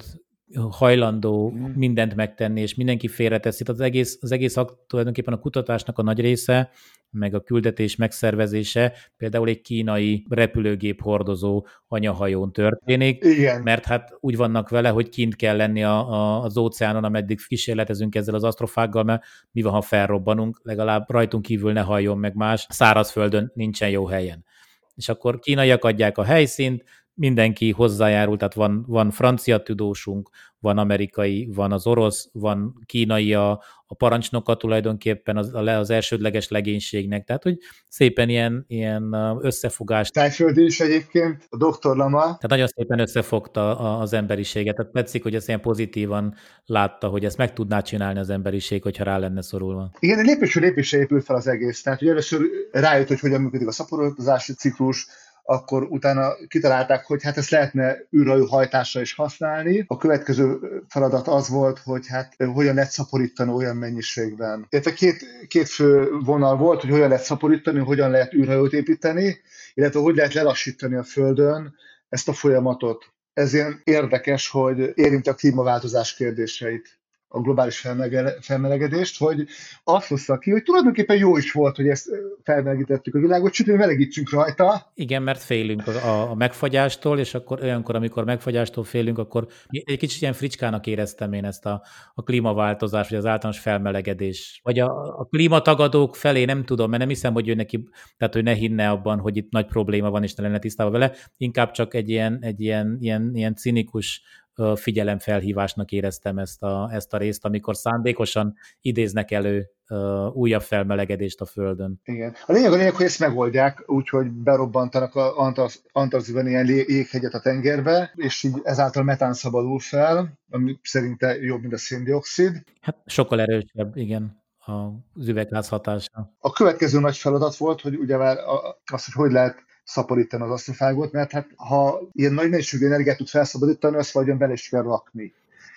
hajlandó mm. mindent megtenni, és mindenki félreteszi. Tehát az egész, az egész tulajdonképpen a kutatásnak a nagy része, meg a küldetés megszervezése, például egy kínai repülőgép hordozó anyahajón történik, Igen. mert hát úgy vannak vele, hogy kint kell lenni a, a, az óceánon, ameddig kísérletezünk ezzel az asztrofággal, mert mi van, ha felrobbanunk, legalább rajtunk kívül ne halljon meg más, szárazföldön nincsen jó helyen. És akkor kínaiak adják a helyszínt, mindenki hozzájárul, tehát van, van francia tudósunk, van amerikai, van az orosz, van kínai a, a parancsnoka tulajdonképpen az, az elsődleges legénységnek, tehát hogy szépen ilyen, ilyen összefogást. Tájföldi is egyébként, a doktor Lama. Tehát nagyon szépen összefogta az emberiséget, tehát tetszik, hogy ezt ilyen pozitívan látta, hogy ezt meg tudná csinálni az emberiség, hogyha rá lenne szorulva. Igen, lépésről lépésre épült fel az egész, tehát hogy először rájött, hogy hogyan működik a szaporodási ciklus, akkor utána kitalálták, hogy hát ezt lehetne űrhajó hajtásra is használni. A következő feladat az volt, hogy hát hogyan lehet szaporítani olyan mennyiségben. Illetve két, két fő vonal volt, hogy hogyan lehet szaporítani, hogyan lehet űrhajót építeni, illetve hogy lehet lelassítani a Földön ezt a folyamatot. Ez ilyen érdekes, hogy érinti a klímaváltozás kérdéseit, a globális felmelegedést, hogy azt hozta ki, hogy tulajdonképpen jó is volt, hogy ezt felmelegítettük a világot, sőt, hogy melegítsünk rajta. Igen, mert félünk a, a megfagyástól, és akkor olyankor, amikor megfagyástól félünk, akkor egy kicsit ilyen fricskának éreztem én ezt a, a klímaváltozást, vagy az általános felmelegedés. Vagy a, a klímatagadók felé nem tudom, mert nem hiszem, hogy ő neki, tehát ő ne hinne abban, hogy itt nagy probléma van, és ne lenne tisztában vele, inkább csak egy ilyen, egy ilyen, ilyen, ilyen cinikus figyelemfelhívásnak éreztem ezt a, ezt a részt, amikor szándékosan idéznek elő uh, újabb felmelegedést a Földön. Igen. A lényeg a lényeg, hogy ezt megoldják, úgyhogy berobbantanak a Antarktiszban ilyen jéghegyet a tengerbe, és így ezáltal metán szabadul fel, ami szerinte jobb, mint a széndioxid. Hát sokkal erősebb, igen, az üvegházhatása. A következő nagy feladat volt, hogy ugye az, hogy hogy lehet szaporítani az asztrofágot, mert hát ha ilyen nagy mennyiségű energiát tud felszabadítani, azt valahogyan bele is kell rakni.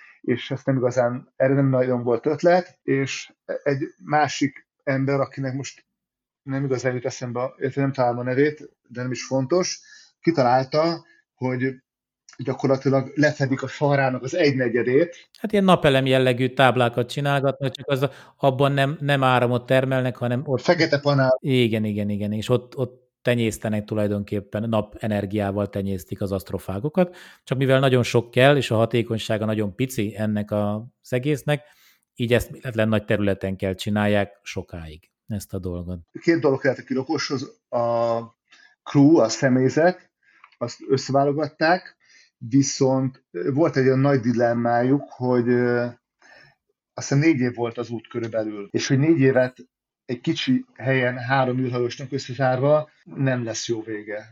És ezt nem igazán, erre nem nagyon volt ötlet, és egy másik ember, akinek most nem igazán jut eszembe, illetve nem találom a nevét, de nem is fontos, kitalálta, hogy gyakorlatilag lefedik a sarának az egynegyedét. Hát ilyen napelem jellegű táblákat csinálgatnak, csak az abban nem, nem áramot termelnek, hanem ott... Fekete panel. Igen, igen, igen, és ott, ott tenyésztenek tulajdonképpen, napenergiával tenyésztik az asztrofágokat, csak mivel nagyon sok kell, és a hatékonysága nagyon pici ennek az egésznek, így ezt egyetlen nagy területen kell csinálják sokáig ezt a dolgot. Két dolog kellett a kilokoshoz, a crew, a személyzet, azt összeválogatták, viszont volt egy olyan nagy dilemmájuk, hogy azt hiszem négy év volt az út körülbelül, és hogy négy évet egy kicsi helyen három űrhajósnak összezárva nem lesz jó vége.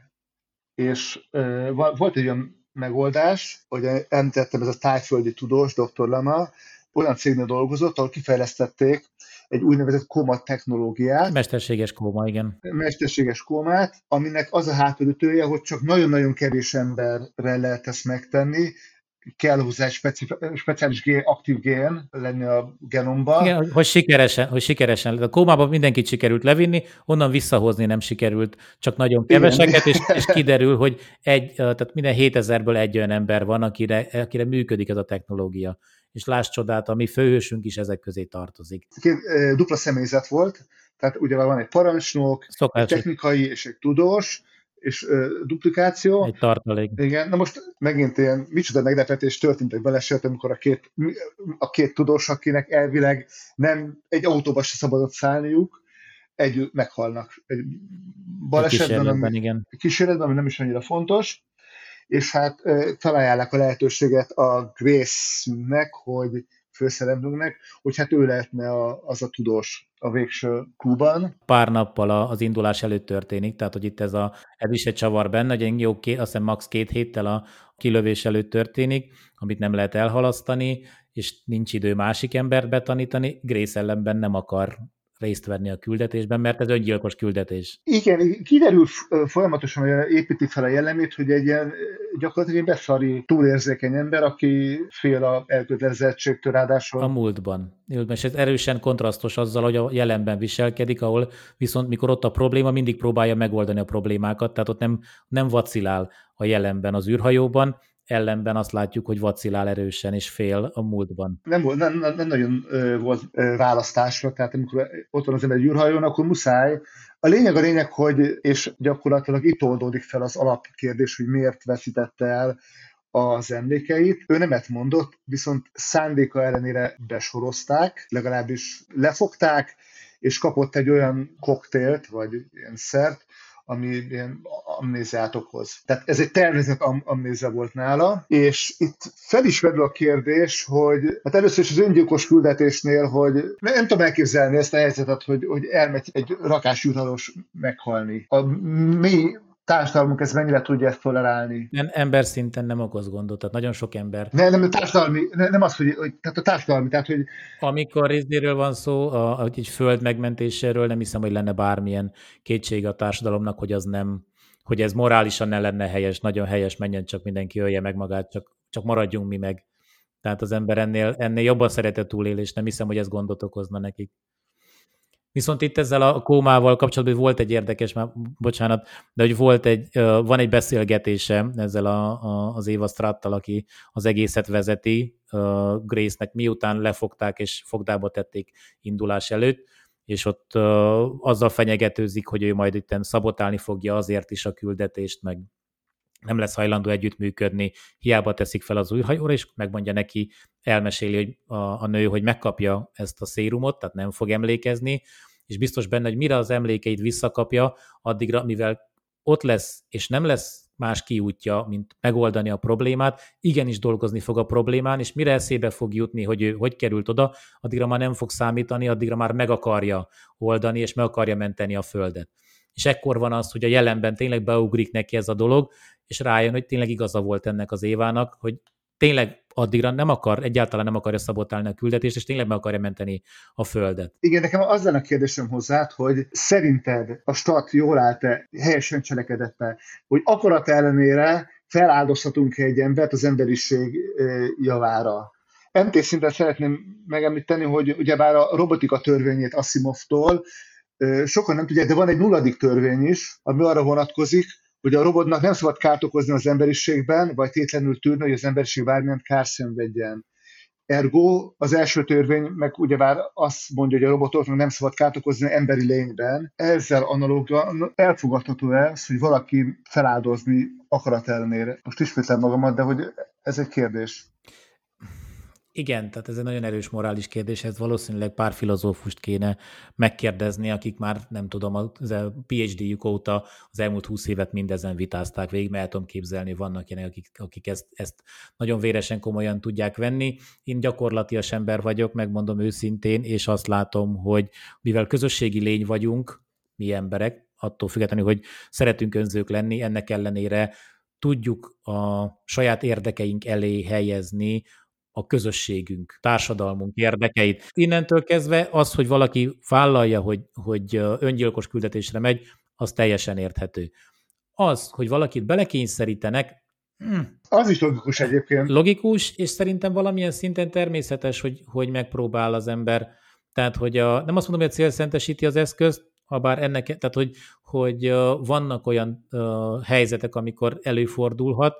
És uh, volt egy olyan megoldás, hogy említettem, ez a tájföldi tudós, doktor Lama, olyan cégnél dolgozott, ahol kifejlesztették egy úgynevezett kóma technológiát. Mesterséges kóma, igen. Mesterséges kómát, aminek az a hátulütője, hogy csak nagyon-nagyon kevés emberre lehet ezt megtenni, kell hozzá egy speci- speciális gén, aktív gén lenni a genomban. Igen, hogy sikeresen, hogy sikeresen. A kómában mindenkit sikerült levinni, onnan visszahozni nem sikerült, csak nagyon keveseket, és, és kiderül, hogy egy, tehát minden hétezerből egy olyan ember van, akire, akire működik ez a technológia. és láss csodát, a mi főhősünk is ezek közé tartozik. Két e, dupla személyzet volt, tehát ugye van egy parancsnok, Szokás, egy technikai és egy tudós, és e, duplikáció. Egy tartalék. Igen, na most megint ilyen micsoda meglepetés történt egy baleset, amikor a két, a két tudós, akinek elvileg nem egy autóba se szabadott szállniuk, együtt meghalnak egy balesetben, kísérletben, ami, igen. kísérletben, ami nem is annyira fontos, és hát e, találják a lehetőséget a Grace-nek, hogy főszereplőnknek, hogy hát ő lehetne a, az a tudós a végső klubban. Pár nappal az indulás előtt történik, tehát hogy itt ez, a, ez is egy csavar benne, hogy jó, két, azt hiszem max. két héttel a kilövés előtt történik, amit nem lehet elhalasztani, és nincs idő másik embert betanítani, Grace ellenben nem akar részt venni a küldetésben, mert ez öngyilkos küldetés. Igen, kiderül folyamatosan, hogy építi fel a jellemét, hogy egy ilyen gyakorlatilag egy beszari, túlérzékeny ember, aki fél a elkötelezettségtől ráadásul. A múltban. És ez erősen kontrasztos azzal, hogy a jelenben viselkedik, ahol viszont mikor ott a probléma, mindig próbálja megoldani a problémákat, tehát ott nem, nem vacilál a jelenben az űrhajóban, ellenben azt látjuk, hogy vacilál erősen és fél a múltban. Nem, volt, nem, nem nagyon uh, volt uh, választásra, tehát amikor ott van az ember egy űrhajón, akkor muszáj. A lényeg a lényeg, hogy, és gyakorlatilag itt oldódik fel az alapkérdés, hogy miért veszítette el az emlékeit. Ő nemet mondott, viszont szándéka ellenére besorozták, legalábbis lefogták, és kapott egy olyan koktélt, vagy ilyen szert, ami ilyen amnéziát okoz. Tehát ez egy tervezett am- amnézia volt nála, és itt fel is vedül a kérdés, hogy hát először is az öngyilkos küldetésnél, hogy nem, nem tudom elképzelni ezt a helyzetet, hogy, hogy elmegy egy rakás űrhajós meghalni. A mi társadalmunk ezt mennyire tudja ezt tolerálni? Nem, ember szinten nem okoz gondot, tehát nagyon sok ember. Ne, nem, társadalmi, ne, nem az, hogy, hogy tehát a társadalmi, tehát hogy... Amikor részéről van szó, a, a, egy föld megmentéséről, nem hiszem, hogy lenne bármilyen kétség a társadalomnak, hogy az nem, hogy ez morálisan ne lenne helyes, nagyon helyes, menjen csak mindenki, ölje meg magát, csak, csak maradjunk mi meg. Tehát az ember ennél, ennél jobban szereti a túlélést, nem hiszem, hogy ez gondot okozna nekik. Viszont itt ezzel a kómával kapcsolatban volt egy érdekes, már bocsánat, de hogy volt egy, van egy beszélgetése ezzel a, a, az Eva Strattal, aki az egészet vezeti, Grace-nek, miután lefogták és fogdába tették indulás előtt, és ott azzal fenyegetőzik, hogy ő majd itten szabotálni fogja azért is a küldetést, meg nem lesz hajlandó együttműködni, hiába teszik fel az űrhajóra, és megmondja neki, elmeséli hogy a, a nő, hogy megkapja ezt a szérumot, tehát nem fog emlékezni, és biztos benne, hogy mire az emlékeit visszakapja, addigra, mivel ott lesz, és nem lesz más kiútja, mint megoldani a problémát, igenis dolgozni fog a problémán, és mire eszébe fog jutni, hogy ő hogy került oda, addigra már nem fog számítani, addigra már meg akarja oldani, és meg akarja menteni a Földet. És ekkor van az, hogy a jelenben tényleg beugrik neki ez a dolog, és rájön, hogy tényleg igaza volt ennek az Évának, hogy tényleg addigra nem akar, egyáltalán nem akarja szabotálni a küldetést, és tényleg meg akarja menteni a Földet. Igen, nekem az lenne a kérdésem hozzád, hogy szerinted a stat jól állt-e, helyesen cselekedett-e, hogy akarat ellenére feláldozhatunk egy embert az emberiség javára. em té szinten szeretném megemlíteni, hogy ugyebár a robotika törvényét Asimovtól sokan nem tudják, de van egy nulladik törvény is, ami arra vonatkozik, hogy a robotnak nem szabad kárt okozni az emberiségben, vagy tétlenül tűrni, hogy az emberiség bármilyen kárt szenvedjen. Ergo az első törvény meg ugyebár azt mondja, hogy a robotoknak nem szabad kárt okozni emberi lényben. Ezzel analógan elfogadható ez, hogy valaki feláldozni akarat ellenére. Most ismétlem magamat, de hogy ez egy kérdés. Igen, tehát ez egy nagyon erős morális kérdés, ez valószínűleg pár filozófust kéne megkérdezni, akik már, nem tudom, a pé há dé-jük óta az elmúlt húsz évet mindezen vitázták végig, mert el tudom képzelni, vannak ilyenek, akik, akik ezt, ezt nagyon véresen komolyan tudják venni. Én gyakorlatias ember vagyok, megmondom őszintén, és azt látom, hogy mivel közösségi lény vagyunk, mi emberek, attól függetlenül, hogy szeretünk önzők lenni, ennek ellenére tudjuk a saját érdekeink elé helyezni a közösségünk, társadalmunk érdekeit. Innentől kezdve az, hogy valaki vállalja, hogy, hogy öngyilkos küldetésre megy, az teljesen érthető. Az, hogy valakit belekényszerítenek, hm, az is logikus egyébként. Logikus, és szerintem valamilyen szinten természetes, hogy, hogy megpróbál az ember. Tehát, hogy a, nem azt mondom, hogy a cél szentesíti az eszközt, habár ennek, tehát, hogy, hogy vannak olyan uh, helyzetek, amikor előfordulhat.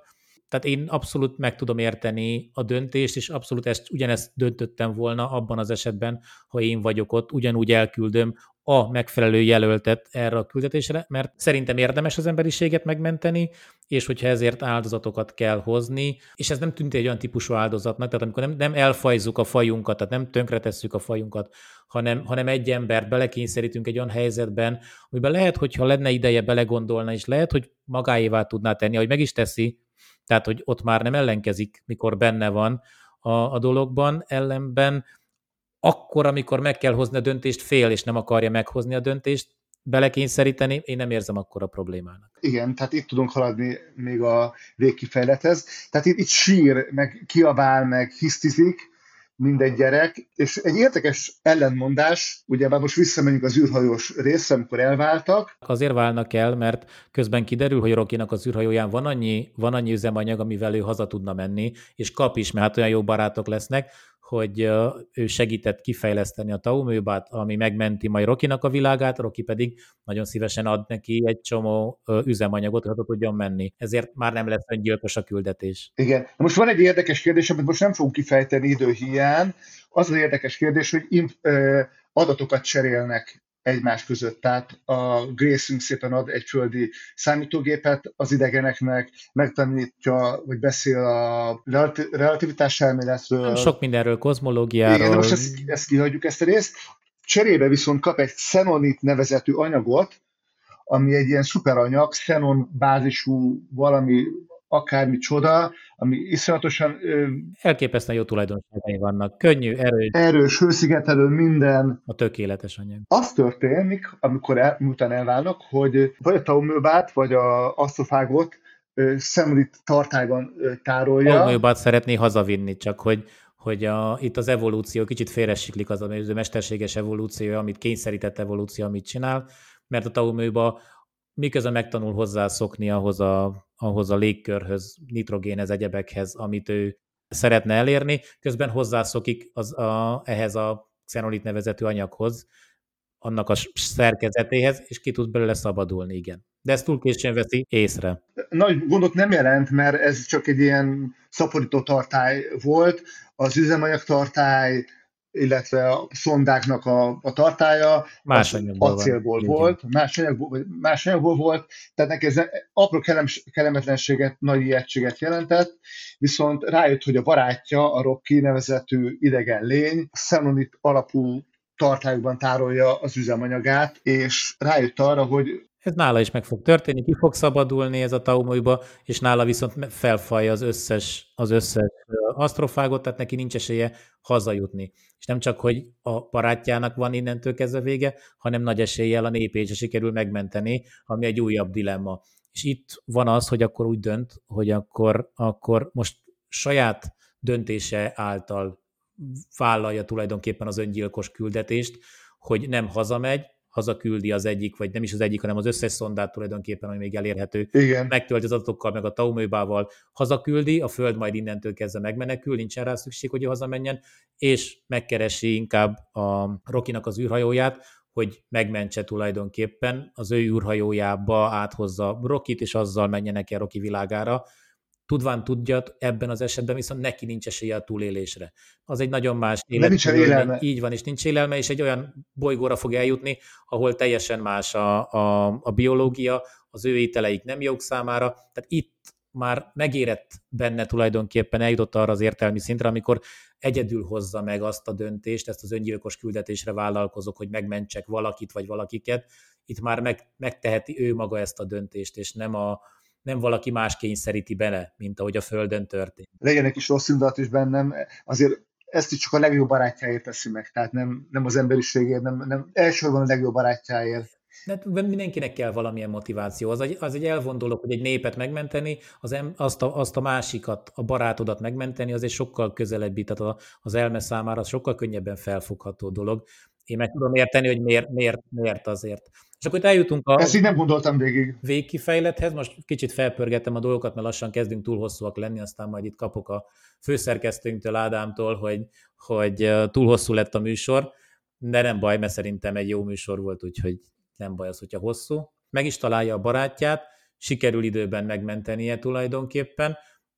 Tehát én abszolút meg tudom érteni a döntést, és abszolút ezt, ugyanezt döntöttem volna abban az esetben, ha én vagyok ott, ugyanúgy elküldöm a megfelelő jelöltet erre a küldetésre, mert szerintem érdemes az emberiséget megmenteni, és hogyha ezért áldozatokat kell hozni, és ez nem tűnt egy olyan típusú áldozatnak, tehát amikor nem, nem elfajzzuk a fajunkat, tehát nem tönkretesszük a fajunkat, hanem, hanem egy embert belekényszerítünk egy olyan helyzetben, amiben lehet, hogyha lenne ideje belegondolna, és lehet, hogy magáévá tudná tenni, hogy meg is teszi, tehát, hogy ott már nem ellenkezik, mikor benne van a, a dologban, ellenben akkor, amikor meg kell hozni a döntést, fél, és nem akarja meghozni a döntést, belekényszeríteni, én nem érzem akkor a problémának. Igen, tehát itt tudunk haladni még a végkifejlethez. Tehát itt, itt sír, meg kiabál, meg hisztizik mindegy gyerek, és egy érdekes ellentmondás, ugye már most visszamegyünk az űrhajós részre, amikor elváltak. Azért válnak el, mert közben kiderül, hogy Rockynak az űrhajóján van annyi, van annyi üzemanyag, amivel ő haza tudna menni, és kap is, mert hát olyan jó barátok lesznek, hogy ő segített kifejleszteni a Taumőbát, ami megmenti majd Rockynak a világát, Rocky pedig nagyon szívesen ad neki egy csomó üzemanyagot, hogy haza tudjon menni. Ezért már nem lesz öngyilkos a küldetés. Igen. Most van egy érdekes kérdés, amit most nem fogunk kifejteni időhiány. Az az érdekes kérdés, hogy imp- adatokat cserélnek egymás között. Tehát a Graysünk szépen ad egy földi számítógépet az idegeneknek, megtanítja, vagy beszél a relativitás elméletről. Sok mindenről, kozmológiáról. Igen, de most ezt, ezt kihagyjuk, ezt a részt. Cserébe viszont kap egy xenonit nevezetű anyagot, ami egy ilyen szuperanyag, xenon bázisú valami, akármi csoda, ami iszonyatosan... Elképesztően jó tulajdonságai vannak. Könnyű, erős. Erős, hőszigetelő, minden. A tökéletes anyag. Az történik, amikor el, miután elválnak, hogy vagy a Taumőbát, vagy a asztrofágot xenonit tartályban tárolja. Taumőbát szeretné hazavinni, csak hogy hogy a, itt az evolúció kicsit félresiklik, az a mesterséges evolúció, amit kényszerített evolúció, amit csinál, mert a Taumőba miközben megtanul hozzászokni ahhoz a, ahhoz a légkörhöz, nitrogénhez, egyebekhez, amit ő szeretne elérni, közben hozzászokik az a, ehhez a xenonit nevezetű anyaghoz, annak a szerkezetéhez, és ki tud belőle szabadulni, igen. De ezt túl későn veszi észre. Nagy gondot nem jelent, mert ez csak egy ilyen szaporító tartály volt. Az üzemanyagtartály, illetve a szondáknak a, a tartálya más anyagból acélból volt, más anyagból, más anyagból volt, tehát neki ez apró kelem, kellemetlenséget, nagy ijegységet jelentett, viszont rájött, hogy a barátja, a Rocky nevezetű idegen lény, xenonit alapú tartályokban tárolja az üzemanyagát, és rájött arra, hogy ez nála is meg fog történni, ki fog szabadulni ez a Taumőba, és nála viszont felfalja az összes, az összes asztrofágot, tehát neki nincs esélye hazajutni. És nem csak, hogy a barátjának van innentől kezdve vége, hanem nagy eséllyel a népét se sikerül megmenteni, ami egy újabb dilemma. És itt van az, hogy akkor úgy dönt, hogy akkor, akkor most saját döntése által vállalja tulajdonképpen az öngyilkos küldetést, hogy nem hazamegy, hazaküldi az egyik, vagy nem is az egyik, hanem az összes szondát tulajdonképpen, ami még elérhető. Igen. Megtölti az adatokkal, meg a Taumőbával hazaküldi, a Föld majd innentől kezdve megmenekül, nincsen rá szükség, hogy ő hazamenjen, és megkeresi inkább a Rockynak az űrhajóját, hogy megmentse tulajdonképpen, az ő űrhajójába áthozza Rockit, és azzal menjenek el Rocky világára. Tudván tudja, ebben az esetben viszont neki nincs esélye a túlélésre. Az egy nagyon más élet. Így van, és nincs élelme, és egy olyan bolygóra fog eljutni, ahol teljesen más a, a, a biológia, az ő ételeik nem jók számára. Tehát itt már megérett benne tulajdonképpen, eljutott arra az értelmi szintre, amikor egyedül hozza meg azt a döntést, ezt az öngyilkos küldetésre vállalkozok, hogy megmentsek valakit vagy valakiket. Itt már meg, megteheti ő maga ezt a döntést, és nem a nem valaki más kényszeríti bele, mint ahogy a Földön történt. Legyen egy kis rossz indulat is bennem, azért ezt is csak a legjobb barátjáért teszi meg, tehát nem, nem az emberiségért, nem, nem elsősorban a legjobb barátjáért. De mindenkinek kell valamilyen motiváció. Az egy, az egy elvont dolog, hogy egy népet megmenteni, az em, azt, a, azt a másikat, a barátodat megmenteni, az egy sokkal közelebbi, tehát az elme számára az sokkal könnyebben felfogható dolog. Én meg tudom érteni, hogy miért, miért, miért azért. És akkor itt eljutunk a... Ezt így nem gondoltam végig. Végkifejlethez, most kicsit felpörgettem a dolgokat, mert lassan kezdünk túl hosszúak lenni, aztán majd itt kapok a főszerkesztőnktől, Ádámtól, hogy, hogy túl hosszú lett a műsor, de nem baj, mert szerintem egy jó műsor volt, úgyhogy nem baj az, hogyha hosszú. Meg is találja a barátját, sikerül időben megmentenie tulajdonképpen,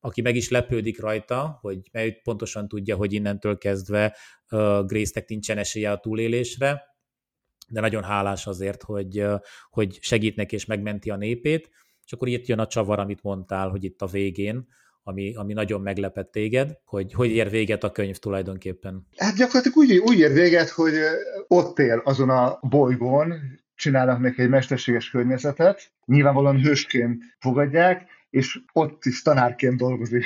aki meg is lepődik rajta, hogy mert pontosan tudja, hogy innentől kezdve uh, Grace-nek nincsen esélye a túlélésre, de nagyon hálás azért, hogy, uh, hogy segít neki és megmenti a népét, és akkor itt jön a csavar, amit mondtál, hogy itt a végén, ami, ami nagyon meglepett téged, hogy hogy ér véget a könyv tulajdonképpen. Hát gyakorlatilag úgy, úgy ér véget, hogy ott él azon a bolygón, csinálnak neki egy mesterséges környezetet, nyilvánvalóan hősként fogadják, és ott is tanárként dolgozik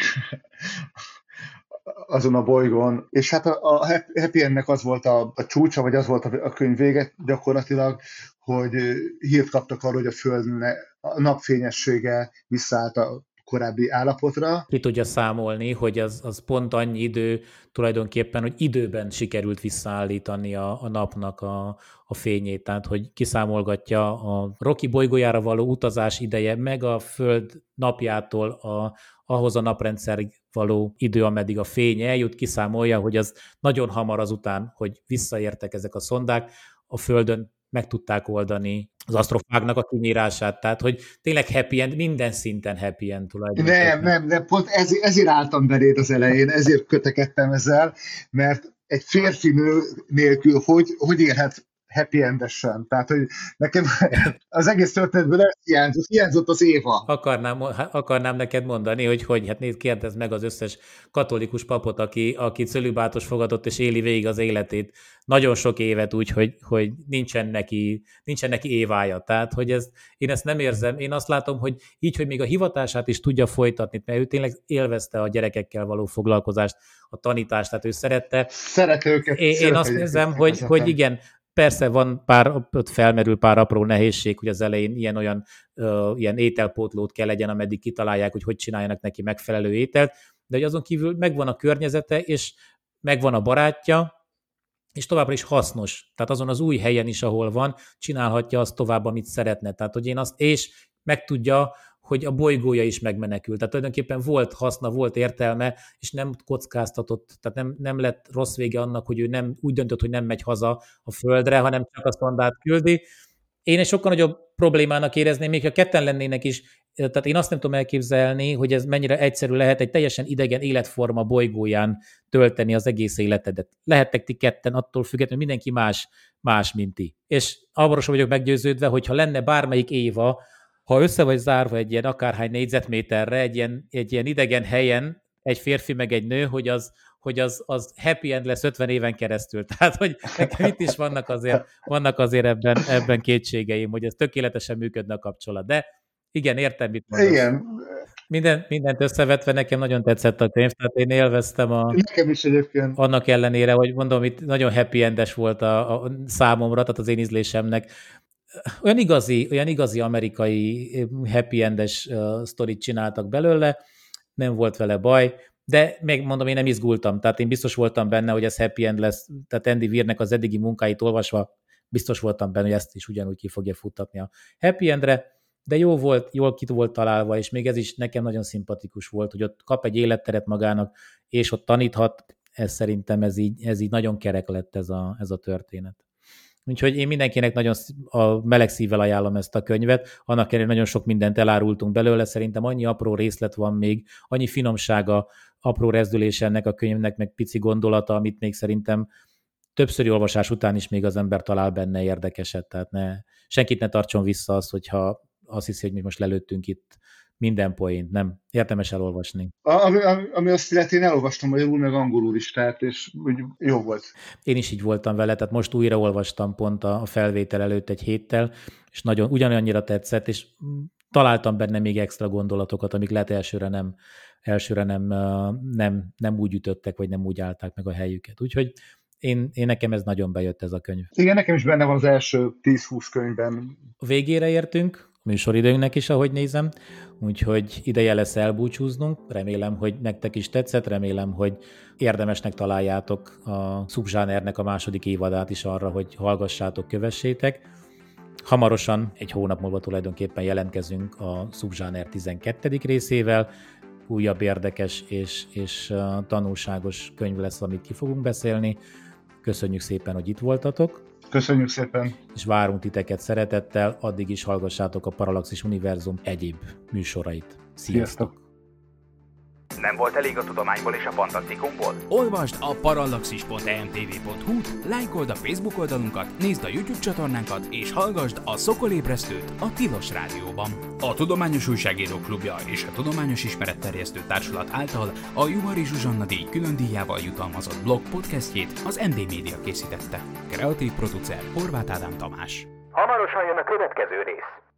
azon a bolygón. És hát a, a Happy Endnek az volt a, a csúcsa, vagy az volt a, a könyv vége gyakorlatilag, hogy hírt kaptak arról, hogy a Föld a napfényessége visszaállt a korábbi állapotra. Ki tudja számolni, hogy az, az pont annyi idő tulajdonképpen, hogy időben sikerült visszaállítani a, a napnak a, a fényét, tehát hogy kiszámolgatja a Rocky bolygójára való utazás ideje, meg a Föld napjától a, ahhoz a naprendszerig való idő, ameddig a fény eljut, kiszámolja, hogy az nagyon hamar azután, hogy visszaértek ezek a szondák, a Földön meg tudták oldani az asztrofágnak a kinyírását, tehát hogy tényleg happy end, minden szinten happy end tulajdonképpen. Nem, nem, nem, pont ez, ezért álltam beléd az elején, ezért kötekedtem ezzel, mert egy férfi nő nélkül hogy, hogy érhet happy endesen. Tehát, hogy nekem az egész történetből ez hiányzott, hiányzott az Éva. Akarnám, akarnám neked mondani, hogy hogy, hát nézd, kérdezd meg az összes katolikus papot, aki, aki cölibátos fogadott és éli végig az életét nagyon sok évet úgy, hogy, hogy nincsen, neki, nincsen neki évája. Tehát, hogy ez, én ezt nem érzem. Én azt látom, hogy így, hogy még a hivatását is tudja folytatni, mert ő tényleg élvezte a gyerekekkel való foglalkozást, a tanítást, tehát ő szerette. Szeret őket. Én, én azt érzem, hogy, hogy igen, persze van pár, ott felmerül pár apró nehézség, hogy az elején ilyen-olyan uh, ilyen ételpótlót kell legyen, ameddig kitalálják, hogy hogy csináljanak neki megfelelő ételt, de hogy azon kívül megvan a környezete, és megvan a barátja, és továbbra is hasznos. Tehát azon az új helyen is, ahol van, csinálhatja azt tovább, amit szeretne. Tehát, hogy én azt, és megtudja, hogy a bolygója is megmenekült. Tehát tulajdonképpen volt haszna, volt értelme, és nem kockáztatott, tehát nem, nem lett rossz vége annak, hogy ő nem úgy döntött, hogy nem megy haza a Földre, hanem csak a szondát küldi. Én egy sokkal nagyobb problémának érezném, még ha ketten lennének is, tehát én azt nem tudom elképzelni, hogy ez mennyire egyszerű lehet egy teljesen idegen életforma bolygóján tölteni az egész életedet. Lehettek ti ketten, attól függetlenül mindenki más, más, mint ti. És arról sem vagyok meggyőződve, hogy ha lenne bármelyik Éva, ha össze vagy zárva egy ilyen akárhány négyzetméterre, egy ilyen, egy ilyen idegen helyen, egy férfi meg egy nő, hogy az, hogy az, az happy end lesz ötven éven keresztül. Tehát, hogy nekem itt is vannak azért, vannak azért ebben, ebben kétségeim, hogy ez tökéletesen működne a kapcsolat. De igen, értem, mit mondasz. Igen. Minden, mindent összevetve nekem nagyon tetszett a könyv, tehát én élveztem a... Nekem is egyébként. Annak ellenére, hogy mondom, itt nagyon happy endes volt a, a számomra, tehát az én ízlésemnek. Olyan igazi, olyan igazi amerikai happy endes uh, sztorit csináltak belőle, nem volt vele baj, de még mondom, én nem izgultam, tehát én biztos voltam benne, hogy ez happy end lesz, tehát Andy Weirnek az eddigi munkáit olvasva biztos voltam benne, hogy ezt is ugyanúgy ki fogja futtatni a happy endre, de jó volt, jól ki volt találva, és még ez is nekem nagyon szimpatikus volt, hogy ott kap egy életteret magának, és ott taníthat, ez szerintem ez így, ez így nagyon kerek lett ez a, ez a történet. Úgyhogy én mindenkinek nagyon a meleg szívvel ajánlom ezt a könyvet, annak ellenére nagyon sok mindent elárultunk belőle, szerintem annyi apró részlet van még, annyi finomsága, apró rezdülés ennek a könyvnek, meg pici gondolata, amit még szerintem többszöri olvasás után is még az ember talál benne érdekeset, tehát ne, senkit ne tartson vissza az, hogyha azt hiszi, hogy mi most lelőttünk itt minden poént, nem. Érdemes elolvasni. Ami, ami, ami azt illeti, én elolvastam magyarul, meg angolul is, tehát és úgy jó volt. Én is így voltam vele, tehát most újra olvastam pont a felvétel előtt egy héttel, és nagyon ugyanolyannyira tetszett, és találtam benne még extra gondolatokat, amik lehet elsőre nem, elsőre nem, nem, nem úgy ütöttek, vagy nem úgy állták meg a helyüket. Úgyhogy én, én nekem ez nagyon bejött ez a könyv. Igen, nekem is benne van az első tíz-húsz könyvben. A végére értünk, műsoridőnknek is, ahogy nézem, úgyhogy ideje lesz elbúcsúznunk. Remélem, hogy nektek is tetszett, remélem, hogy érdemesnek találjátok a Subzsánernek a második évadát is arra, hogy hallgassátok, kövessétek. Hamarosan, egy hónap múlva tulajdonképpen jelentkezünk a Subzsáner tizenkettedik részével. Újabb érdekes és, és tanulságos könyv lesz, amit ki fogunk beszélni. Köszönjük szépen, hogy itt voltatok. Köszönjük szépen. És várunk titeket szeretettel, addig is hallgassátok a Parallaxis Univerzum egyéb műsorait. Sziasztok! Sziasztok. Nem volt elég a tudományból és a fantasztikumból? Olvasd a parallaxis pont e m t v pont h u-t, lájkold a Facebook oldalunkat, nézd a YouTube csatornánkat, és hallgasd a Szokolébresztőt a Tilos Rádióban. A Tudományos Újságírók Klubja és a Tudományos Ismeretterjesztő Társulat által a Juhari Zsuzsanna díj külön díjával jutalmazott blog podcastjét az em dé Média készítette. Kreatív producer Horváth Ádám Tamás. Hamarosan jön a következő rész.